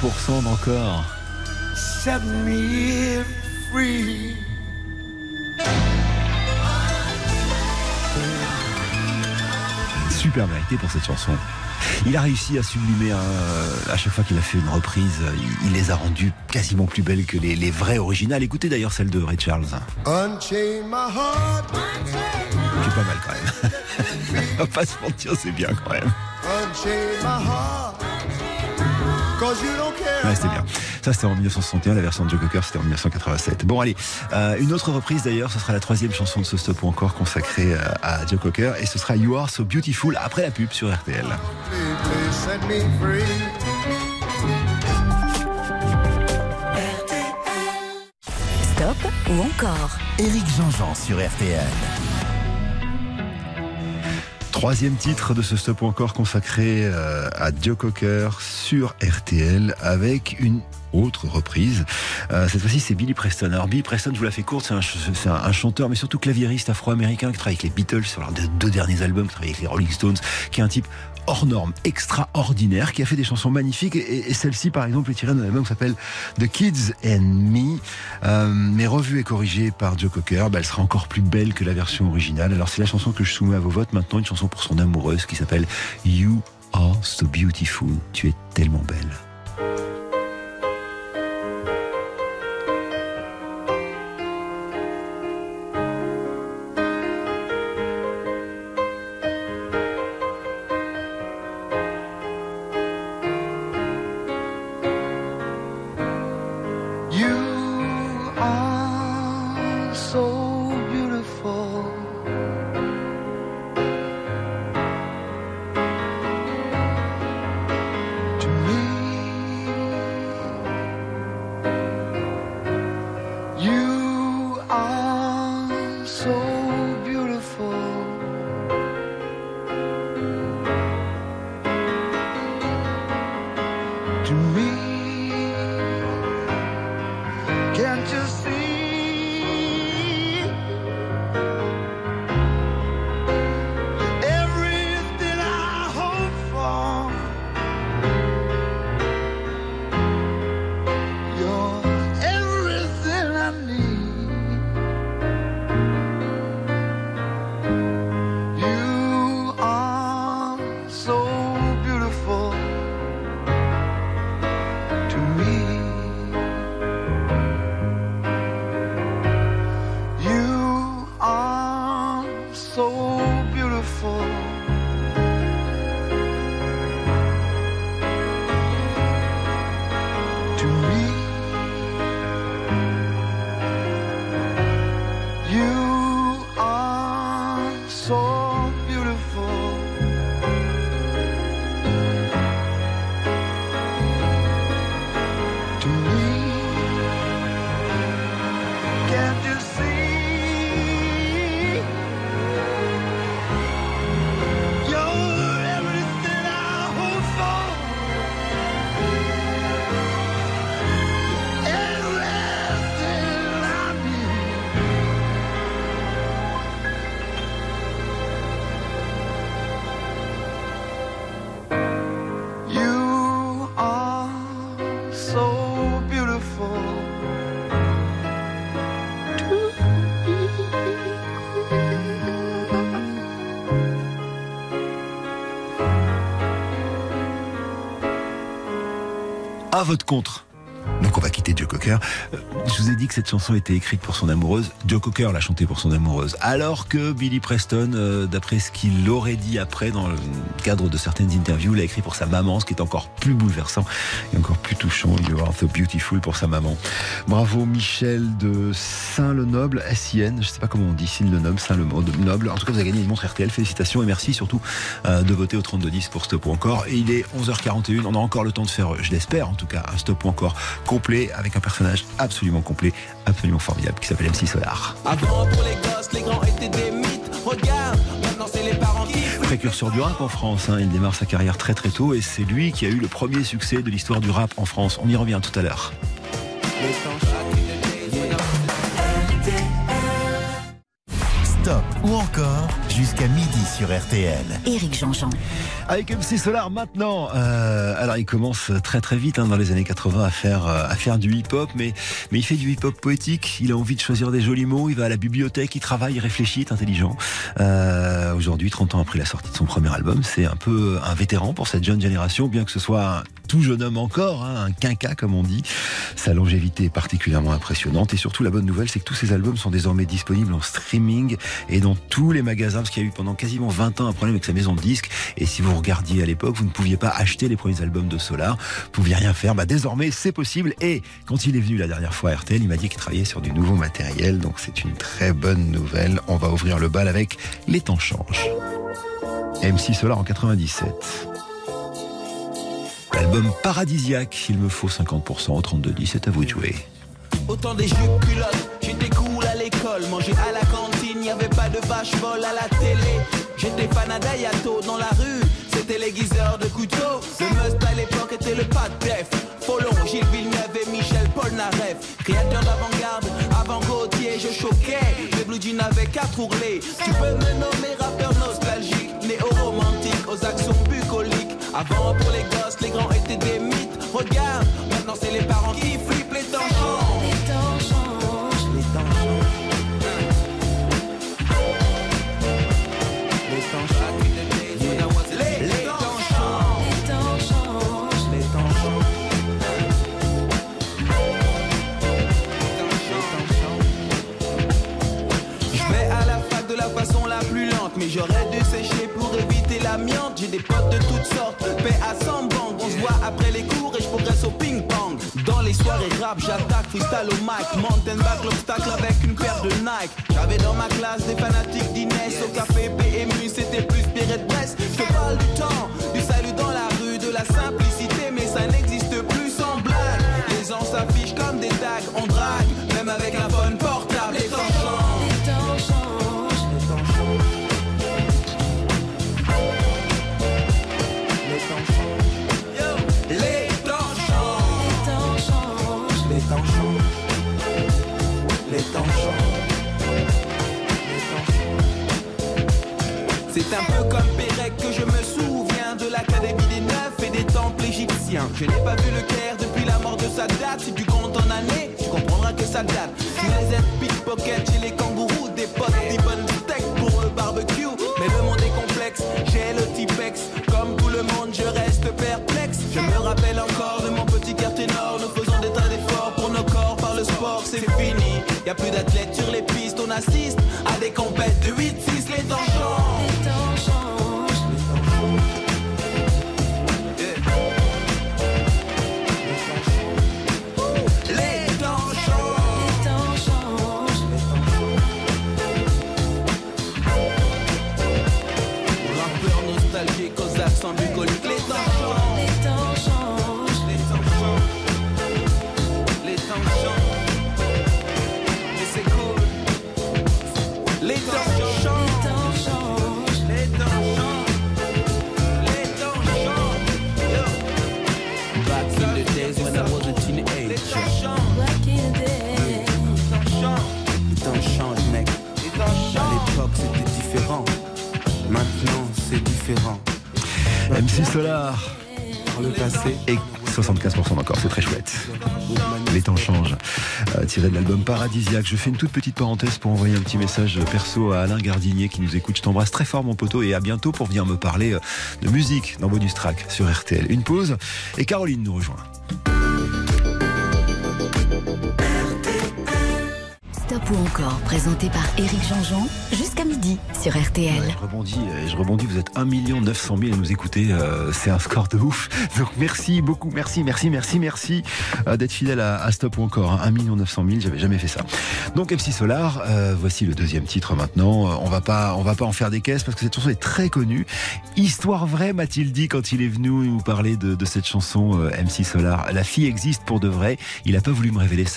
100% d'encore. Set me free. Super mérité pour cette chanson. Il a réussi à sublimer, à chaque fois qu'il a fait une reprise, il les a rendues quasiment plus belles que les vraies originales. Écoutez d'ailleurs celle de Ray Charles. Unchain my heart. C'est pas mal quand même. On va pas se mentir, c'est bien quand même. Unchain my heart. 'Cause you don't care. Ouais, c'était bien. Ça, c'était en 1961. La version de Joe Cocker, c'était en 1987. Bon, allez. Une autre reprise, d'ailleurs. Ce sera la 3e chanson de ce Stop ou encore consacrée à Joe Cocker. Et ce sera You Are So Beautiful après la pub sur RTL. Please set me free. Stop ou encore. Éric Jean-Jean sur RTL. 3e titre de ce Stop ou encore consacré à Joe Cocker sur RTL avec une autre reprise. Cette fois-ci, c'est Billy Preston. Alors, Billy Preston, je vous la fais courte, c'est un chanteur, mais surtout claviériste afro-américain qui travaille avec les Beatles sur leurs 2 derniers albums, qui travaille avec les Rolling Stones, qui est un type hors norme, extraordinaire, qui a fait des chansons magnifiques. Et celle-ci, par exemple, est tirée d'un album qui s'appelle The Kids and Me. Mais revue et corrigée par Joe Cocker, elle sera encore plus belle que la version originale. Alors, c'est la chanson que je soumets à vos votes maintenant, une chanson pour son amoureuse qui s'appelle You Are So Beautiful. Tu es tellement belle. À votre contre. Donc on va quitter Joe Cocker. Je vous ai dit que cette chanson était écrite pour son amoureuse. Joe Cocker l'a chantée pour son amoureuse. Alors que Billy Preston, d'après ce qu'il aurait dit après dans le cadre de certaines interviews, l'a écrit pour sa maman, ce qui est encore plus bouleversant et encore plus touchant. You Are So Beautiful pour sa maman. Bravo Michel de Saint-Lenoble, SIN, je sais pas comment on dit, Saint-Lenoble, Saint-Lenoble. En tout cas, vous avez gagné une montre RTL. Félicitations et merci surtout de voter au 3210 pour Stop ou encore. Et il est 11h41. On a encore le temps de faire, je l'espère en tout cas, un Stop ou encore complet avec un personnage absolument complet, absolument formidable qui s'appelle MC Solar. Avant pour les gosses, les grands étaient des mythes. Regarde, maintenant c'est les parents qui... Précurseur du rap en France, il démarre sa carrière très très tôt et c'est lui qui a eu le premier succès de l'histoire du rap en France. On y revient tout à l'heure. Stop ou encore jusqu'à midi sur RTL. Éric Jean-Jean. Avec MC Solar maintenant. Alors il commence très très vite dans les années 80 à faire du hip-hop, mais il fait du hip-hop poétique. Il a envie de choisir des jolis mots. Il va à la bibliothèque, il travaille, il réfléchit, il est intelligent. Aujourd'hui, 30 ans après la sortie de son premier album, c'est un peu un vétéran pour cette jeune génération, bien que ce soit un tout jeune homme encore, un quinca comme on dit. Sa longévité est particulièrement impressionnante et surtout la bonne nouvelle, c'est que tous ses albums sont désormais disponibles en streaming et dans tous les magasins, parce qu'il y a eu pendant quasiment 20 ans un problème avec sa maison de disques, et si vous regardiez à l'époque, vous ne pouviez pas acheter les premiers albums de Solar, vous pouviez rien faire. Désormais c'est possible, et quand il est venu la dernière fois à RTL, il m'a dit qu'il travaillait sur du nouveau matériel, donc c'est une très bonne nouvelle. On va ouvrir le bal avec Les temps changent. MC Solar en 97. L'album Paradisiaque, il me faut 50% au 32-10, c'est à vous de jouer. Autant des jupes culottes, j'étais cool à l'école, manger à la cantine, y avait pas de vache folle à la télé. J'étais fan à Dayato dans la rue, c'était l'aiguiseur de couteau. Le must à l'époque était le pas de def. Follon, Gilles Villeneuve et Michel Polnareff. Créateur d'avant-garde, avant Gauthier, je choquais. Les blue jeans avaient qu'à trourler. Tu peux me nommer rappeur nostalgique, néo-romantique, aux actions bucoliques. Avant pour les gosses, les grands étaient des mythes. Regarde, maintenant c'est les parents qui flippent. Les temps changent. Les temps changent. Les temps changent. Les temps changent. Les temps changent. Les temps changent. Les temps changent. Je vais à la fac de la façon la plus lente, mais j'aurais dû sécher pour éviter l'amiante. J'ai des potes de toutes sortes, paix à 100 banques. On se voit après les cours et je progresse au ping-pong. Dans les soirées rap, j'attaque, freestyle au mic. Mountain back, l'obstacle avec une paire de Nike. J'avais dans ma classe des fanatiques d'Inès. Au café PMU, c'était plus Spirit Brest. Je te parle du temps, du salut dans la rue, de la simplicité, mais ça n'existe plus sans blague. Les gens s'affichent comme des tags, on drague, même avec un phone portable. Les temps changent. Les temps changent. Les temps changent. Les temps changent. Yo. Les temps changent. Les temps changent. Les temps changent. Les temps changent. C'est un peu comme Pérec que je me souviens de l'Académie des Neufs et des temples égyptiens. Je n'ai pas vu le Caire depuis la mort de Sadat. Si tu comptes en années, tu comprendras que ça date. Tu les aides pickpocket chez les kangourous, des potes, des bonnes steaks pour le barbecue. Mais le monde est complexe, j'ai le Tipex. Comme tout le monde, je reste perplexe. Je me rappelle encore de mon petit quartier nord. Nous faisons des tas d'efforts pour nos corps par le sport, c'est fini. Y'a plus d'athlètes sur les pistes, on assiste à des compètes de 8-6. Les temps changent. Les temps changent. Les temps changent. Les temps changent. Rappeurs nostalgiques aux accents bucoliques. Les temps changent. Les temps changent. Les temps changent. Les temps changent. Mais c'est cool. Les temps changent. Les temps changent. Les temps changent. Les temps changent. Yo. Back in the days when I was a teenager. Les temps changent. Back in the days. Les temps changent. Les temps changent, mec. Les temps changent. À l'époque c'était différent. Maintenant c'est différent. MC Solar. Dans le passé. Et 75% encore, c'est très chouette. Les temps changent. Tiré de l'album Paradisiaque. Je fais une toute petite parenthèse pour envoyer un petit message perso à Alain Gardinier qui nous écoute. Je t'embrasse très fort mon poteau et à bientôt pour venir me parler de musique dans Bonus Track sur RTL. Une pause et Caroline nous rejoint. Stop ou encore, présenté par Éric Jean-Jean, jusqu'à midi sur RTL. Ouais, je rebondis, vous êtes 1 900 000 à nous écouter, c'est un score de ouf. Donc merci beaucoup, merci d'être fidèle à Stop ou encore, 1 900 000, j'avais jamais fait ça. Donc MC Solar, voici le deuxième titre maintenant. On va pas en faire des caisses parce que cette chanson est très connue. Histoire vraie, m'a-t-il dit quand il est venu nous parler de cette chanson, MC Solar. La fille existe pour de vrai. Il a pas voulu me révéler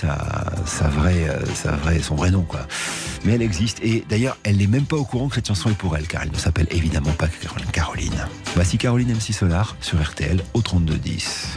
son vrai nom, quoi. Mais elle existe et d'ailleurs, elle n'est même pas au courant que cette chanson est pour elle, car elle ne s'appelle évidemment pas Caroline. Voici Caroline MC Solar sur RTL au 32-10.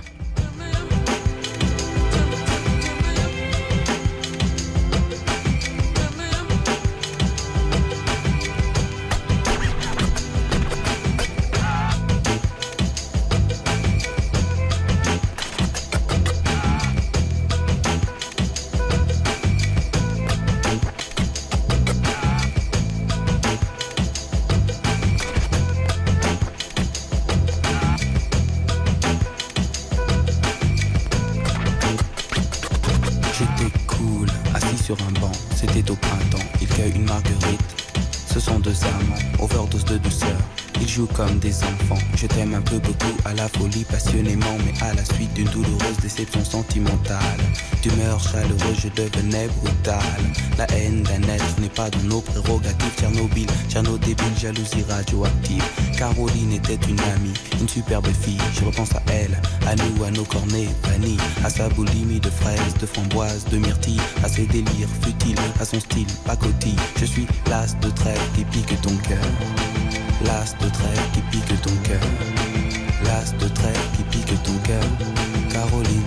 au printemps, il cueille une marguerite. Ce sont deux amants, overdose de douceur. Ils jouent comme des enfants. Je t'aime un peu beaucoup, à la folie passionnément, mais à la suite d'une douloureuse déception sentimentale. D'humeur chaleureuse, je devenais brutal. La haine d'un être n'est pas dans nos prérogatives. Tchernobyl, Tcherno débile, jalousie radioactive. Caroline était une amie, une superbe fille. Je repense à elle, à nous, à nos cornets vanille, à sa boulimie de fraises, de framboises, de myrtilles, à ses délires futiles, à son style pacotille. Je suis l'as de trêve qui pique ton cœur. L'as de trêve qui pique ton cœur. L'as de trêve qui pique ton cœur. Caroline.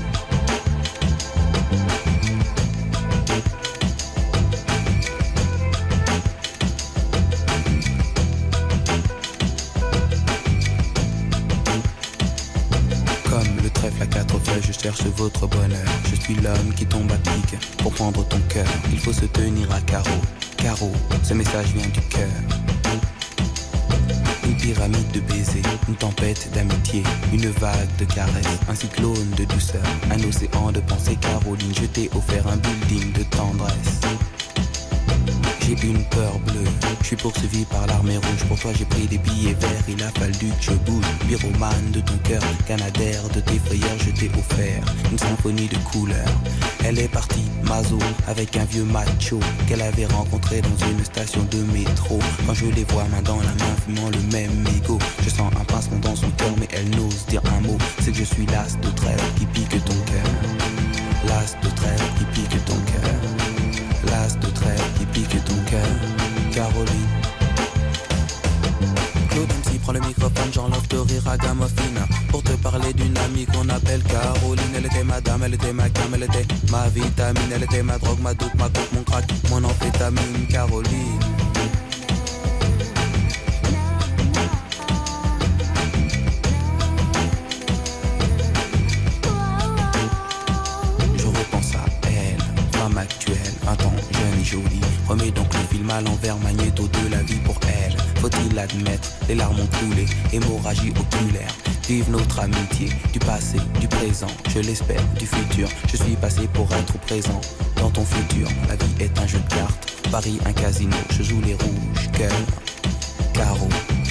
Comme le trèfle à quatre feuilles, je cherche votre bonheur. Je suis l'homme qui tombe à pic pour prendre ton cœur. Il faut se tenir à carreau. Carreau, ce message vient du cœur. Une pyramide de baisers, une tempête d'amitié, une vague de caresses, un cyclone de douceur, un océan de pensées. Caroline, je t'ai offert un building de tendresse. J'ai une peur bleue, je suis poursuivi par l'armée rouge. Pour toi j'ai pris des billets verts, il a fallu que je bouge. Pyromane de ton cœur, canadair de tes frayeurs. Je t'ai offert une symphonie de couleurs. Elle est partie, Mazo, avec un vieux macho qu'elle avait rencontré dans une station de métro. Quand je les vois main dans la main, fumant le même mégot, je sens un pincement dans son cœur, mais elle n'ose dire un mot. C'est que je suis l'as de trêve qui pique ton cœur. L'as de trêve qui pique ton cœur. L'as de trêve qui pique ton cœur. Caroline. Claude MC prend le microphone, j'enlève de rire à Gamophine pour te parler d'une amie qu'on appelle Caroline. Elle était ma dame, elle était ma cam, elle était ma vitamine. Elle était ma drogue, ma dope, ma coke, mon crack, mon amphétamine. Caroline. Je repense à elle, femme actuelle, 20 ans, jeune et jolie. Remets donc le film à l'envers, magnéto de la vie pour elle. Faut-il l'admettre, les larmes ont coulé, hémorragie oculaire. Vive notre amitié, du passé, du présent, je l'espère, du futur. Je suis passé pour être présent dans ton futur. La vie est un jeu de cartes, Paris un casino. Je joue les rouges, cœur, carreau.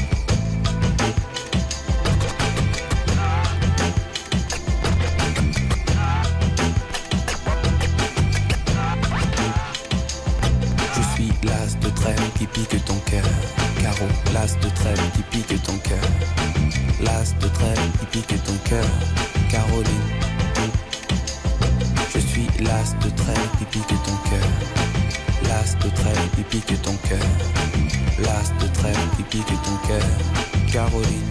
L'as de trêve qui pique ton cœur. Carreau, l'as de trêve qui pique ton cœur. L'as de trêve qui pique ton cœur. Caroline. Je suis l'as de trêve qui pique ton cœur. L'as de trêve qui pique ton cœur. L'as de trêve qui pique ton cœur. Caroline.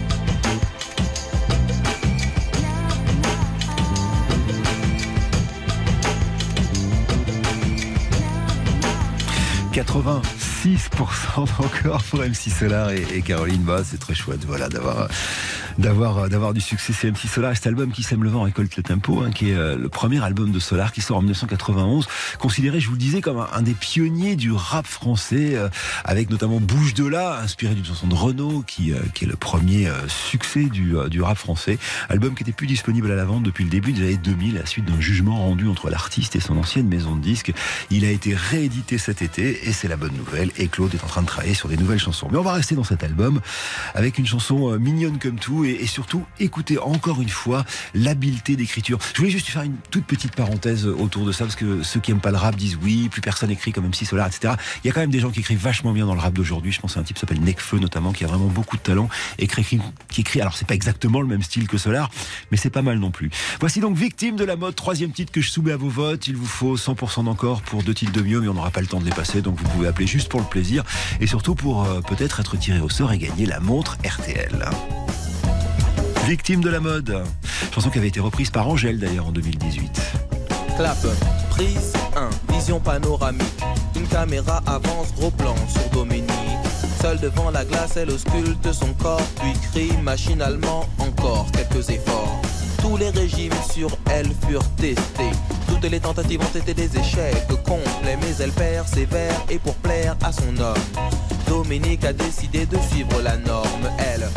« 86% encore pour MC Solar et Caroline. Bah, c'est très chouette, voilà, d'avoir du succès. C'est MC Solar et cet album qui sème le vent récolte le tempo, hein, qui est le premier album de Solar qui sort en 1991, considéré, je vous le disais, comme un des pionniers du rap français, avec notamment Bouge de là, inspiré d'une chanson de Renaud, qui est le premier succès du rap français. Album qui était plus disponible à la vente depuis le début des années 2000, à la suite d'un jugement rendu entre l'artiste et son ancienne maison de disques. Il a été réédité cet été et c'est la bonne nouvelle. Et Claude est en train de travailler sur des nouvelles chansons. Mais on va rester dans cet album avec une chanson mignonne comme tout et surtout écouter encore une fois l'habileté d'écriture. Je voulais juste faire une toute petite parenthèse autour de ça parce que ceux qui aiment pas le rap disent oui, plus personne écrit comme MC Solar, etc. Il y a quand même des gens qui écrivent vachement bien dans le rap d'aujourd'hui. Je pense à un type qui s'appelle Nekfeu notamment, qui a vraiment beaucoup de talent et qui écrit. Alors c'est pas exactement le même style que Solar, mais c'est pas mal non plus. Voici donc Victime de la mode, troisième titre que je soumets à vos votes. Il vous faut 100% d'encore pour 2 titres de mieux, mais on n'aura pas le temps de les passer, donc vous pouvez appeler juste pour le plaisir et surtout pour peut-être être tiré au sort et gagner la montre RTL. Victime de la mode, chanson qui avait été reprise par Angèle d'ailleurs en 2018. Clap, prise 1, vision panoramique. Une caméra avance, gros plan sur Dominique. Seule devant la glace, elle ausculte son corps, puis crie machinalement encore quelques efforts. Tous les régimes sur elle furent testés. Toutes les tentatives ont été des échecs complets, mais elle persévère et pour plaire à son homme, Dominique a décidé de suivre la norme. Elle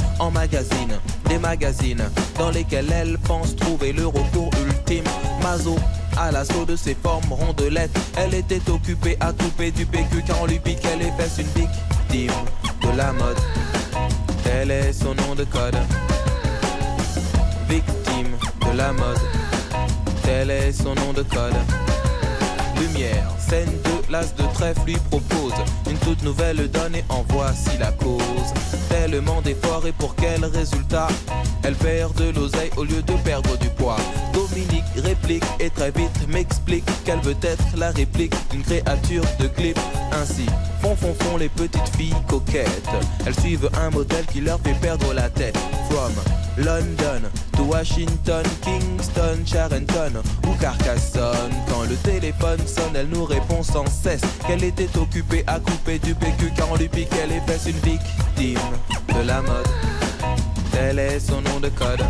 emmagasine des magazines dans lesquels elle pense trouver le recours ultime. Mazo à l'assaut de ses formes rondelettes. Elle était occupée à couper du PQ car on lui piquait les fesses. Une victime de la mode, tel est son nom de code. Victime de la mode, tel est son nom de code. Lumière, scène 2, l'as de trèfle lui propose une toute nouvelle donne et en voici la cause. Tellement d'efforts et pour quel résultat? Elle perd de l'oseille au lieu de perdre du poids. Dominique réplique et très vite m'explique qu'elle veut être la réplique d'une créature de clip. Ainsi font les petites filles coquettes. Elles suivent un modèle qui leur fait perdre la tête. From London to Washington, Kingston, Charenton ou Carcassonne. Quand le téléphone sonne, elle nous répond sans cesse qu'elle était occupée à couper du PQ car on lui piquait les fesses. Une victime de la mode, tel est son nom de code.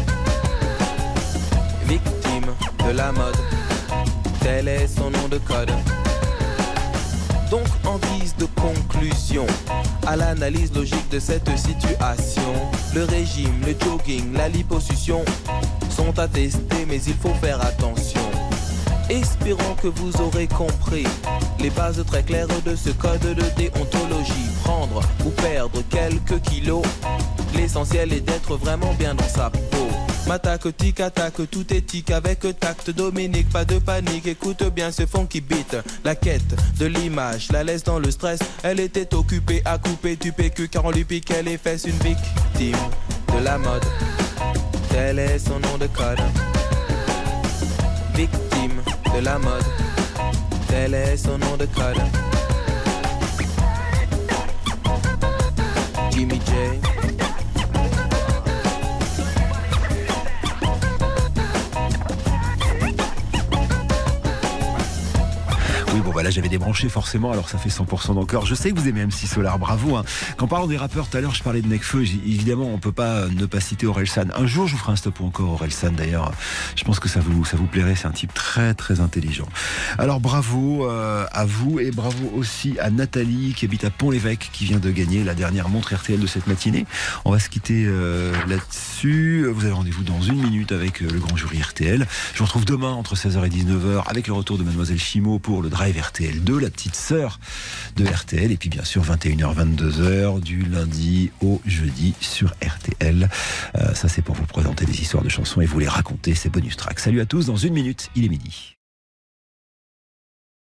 Victime de la mode, tel est son nom de code. Donc en guise de conclusion à l'analyse logique de cette situation, le régime, le jogging, la liposuction sont attestés, mais il faut faire attention. Espérons que vous aurez compris les bases très claires de ce code de déontologie. Prendre ou perdre quelques kilos, l'essentiel est d'être vraiment bien dans sa peau. M'attaque, tic, attaque, tout est tic avec tact. Dominique, pas de panique, écoute bien ce funky beat. La quête de l'image, la laisse dans le stress. Elle était occupée à couper du PQ car on lui piquait les fesses. Une victime de la mode, tel est son nom de code. Victime de la mode, tel est son nom de code. Jimmy J. Oui, bon, voilà, j'avais débranché forcément, alors ça fait 100% d'encore. Je sais que vous aimez MC Solar, bravo. Hein. Quand parlant des rappeurs, tout à l'heure, je parlais de Nekfeu. Évidemment, on peut pas ne pas citer Orelsan. Un jour, je vous ferai un stop ou encore Orelsan, d'ailleurs. Je pense que ça vous plairait. C'est un type très, très intelligent. Alors, bravo à vous et bravo aussi à Nathalie, qui habite à Pont-l'Évêque, qui vient de gagner la dernière montre RTL de cette matinée. On va se quitter là-dessus. Vous avez rendez-vous dans 1 minute avec le grand jury RTL. Je vous retrouve demain entre 16h et 19h avec le retour de Mademoiselle Chimo pour le Drive RTL 2, la petite sœur de RTL. Et puis bien sûr 21h, 22h du lundi au jeudi sur RTL. Ça c'est pour vous présenter des histoires de chansons et vous les raconter, ces bonus tracks. Salut à tous, dans 1 minute, il est midi.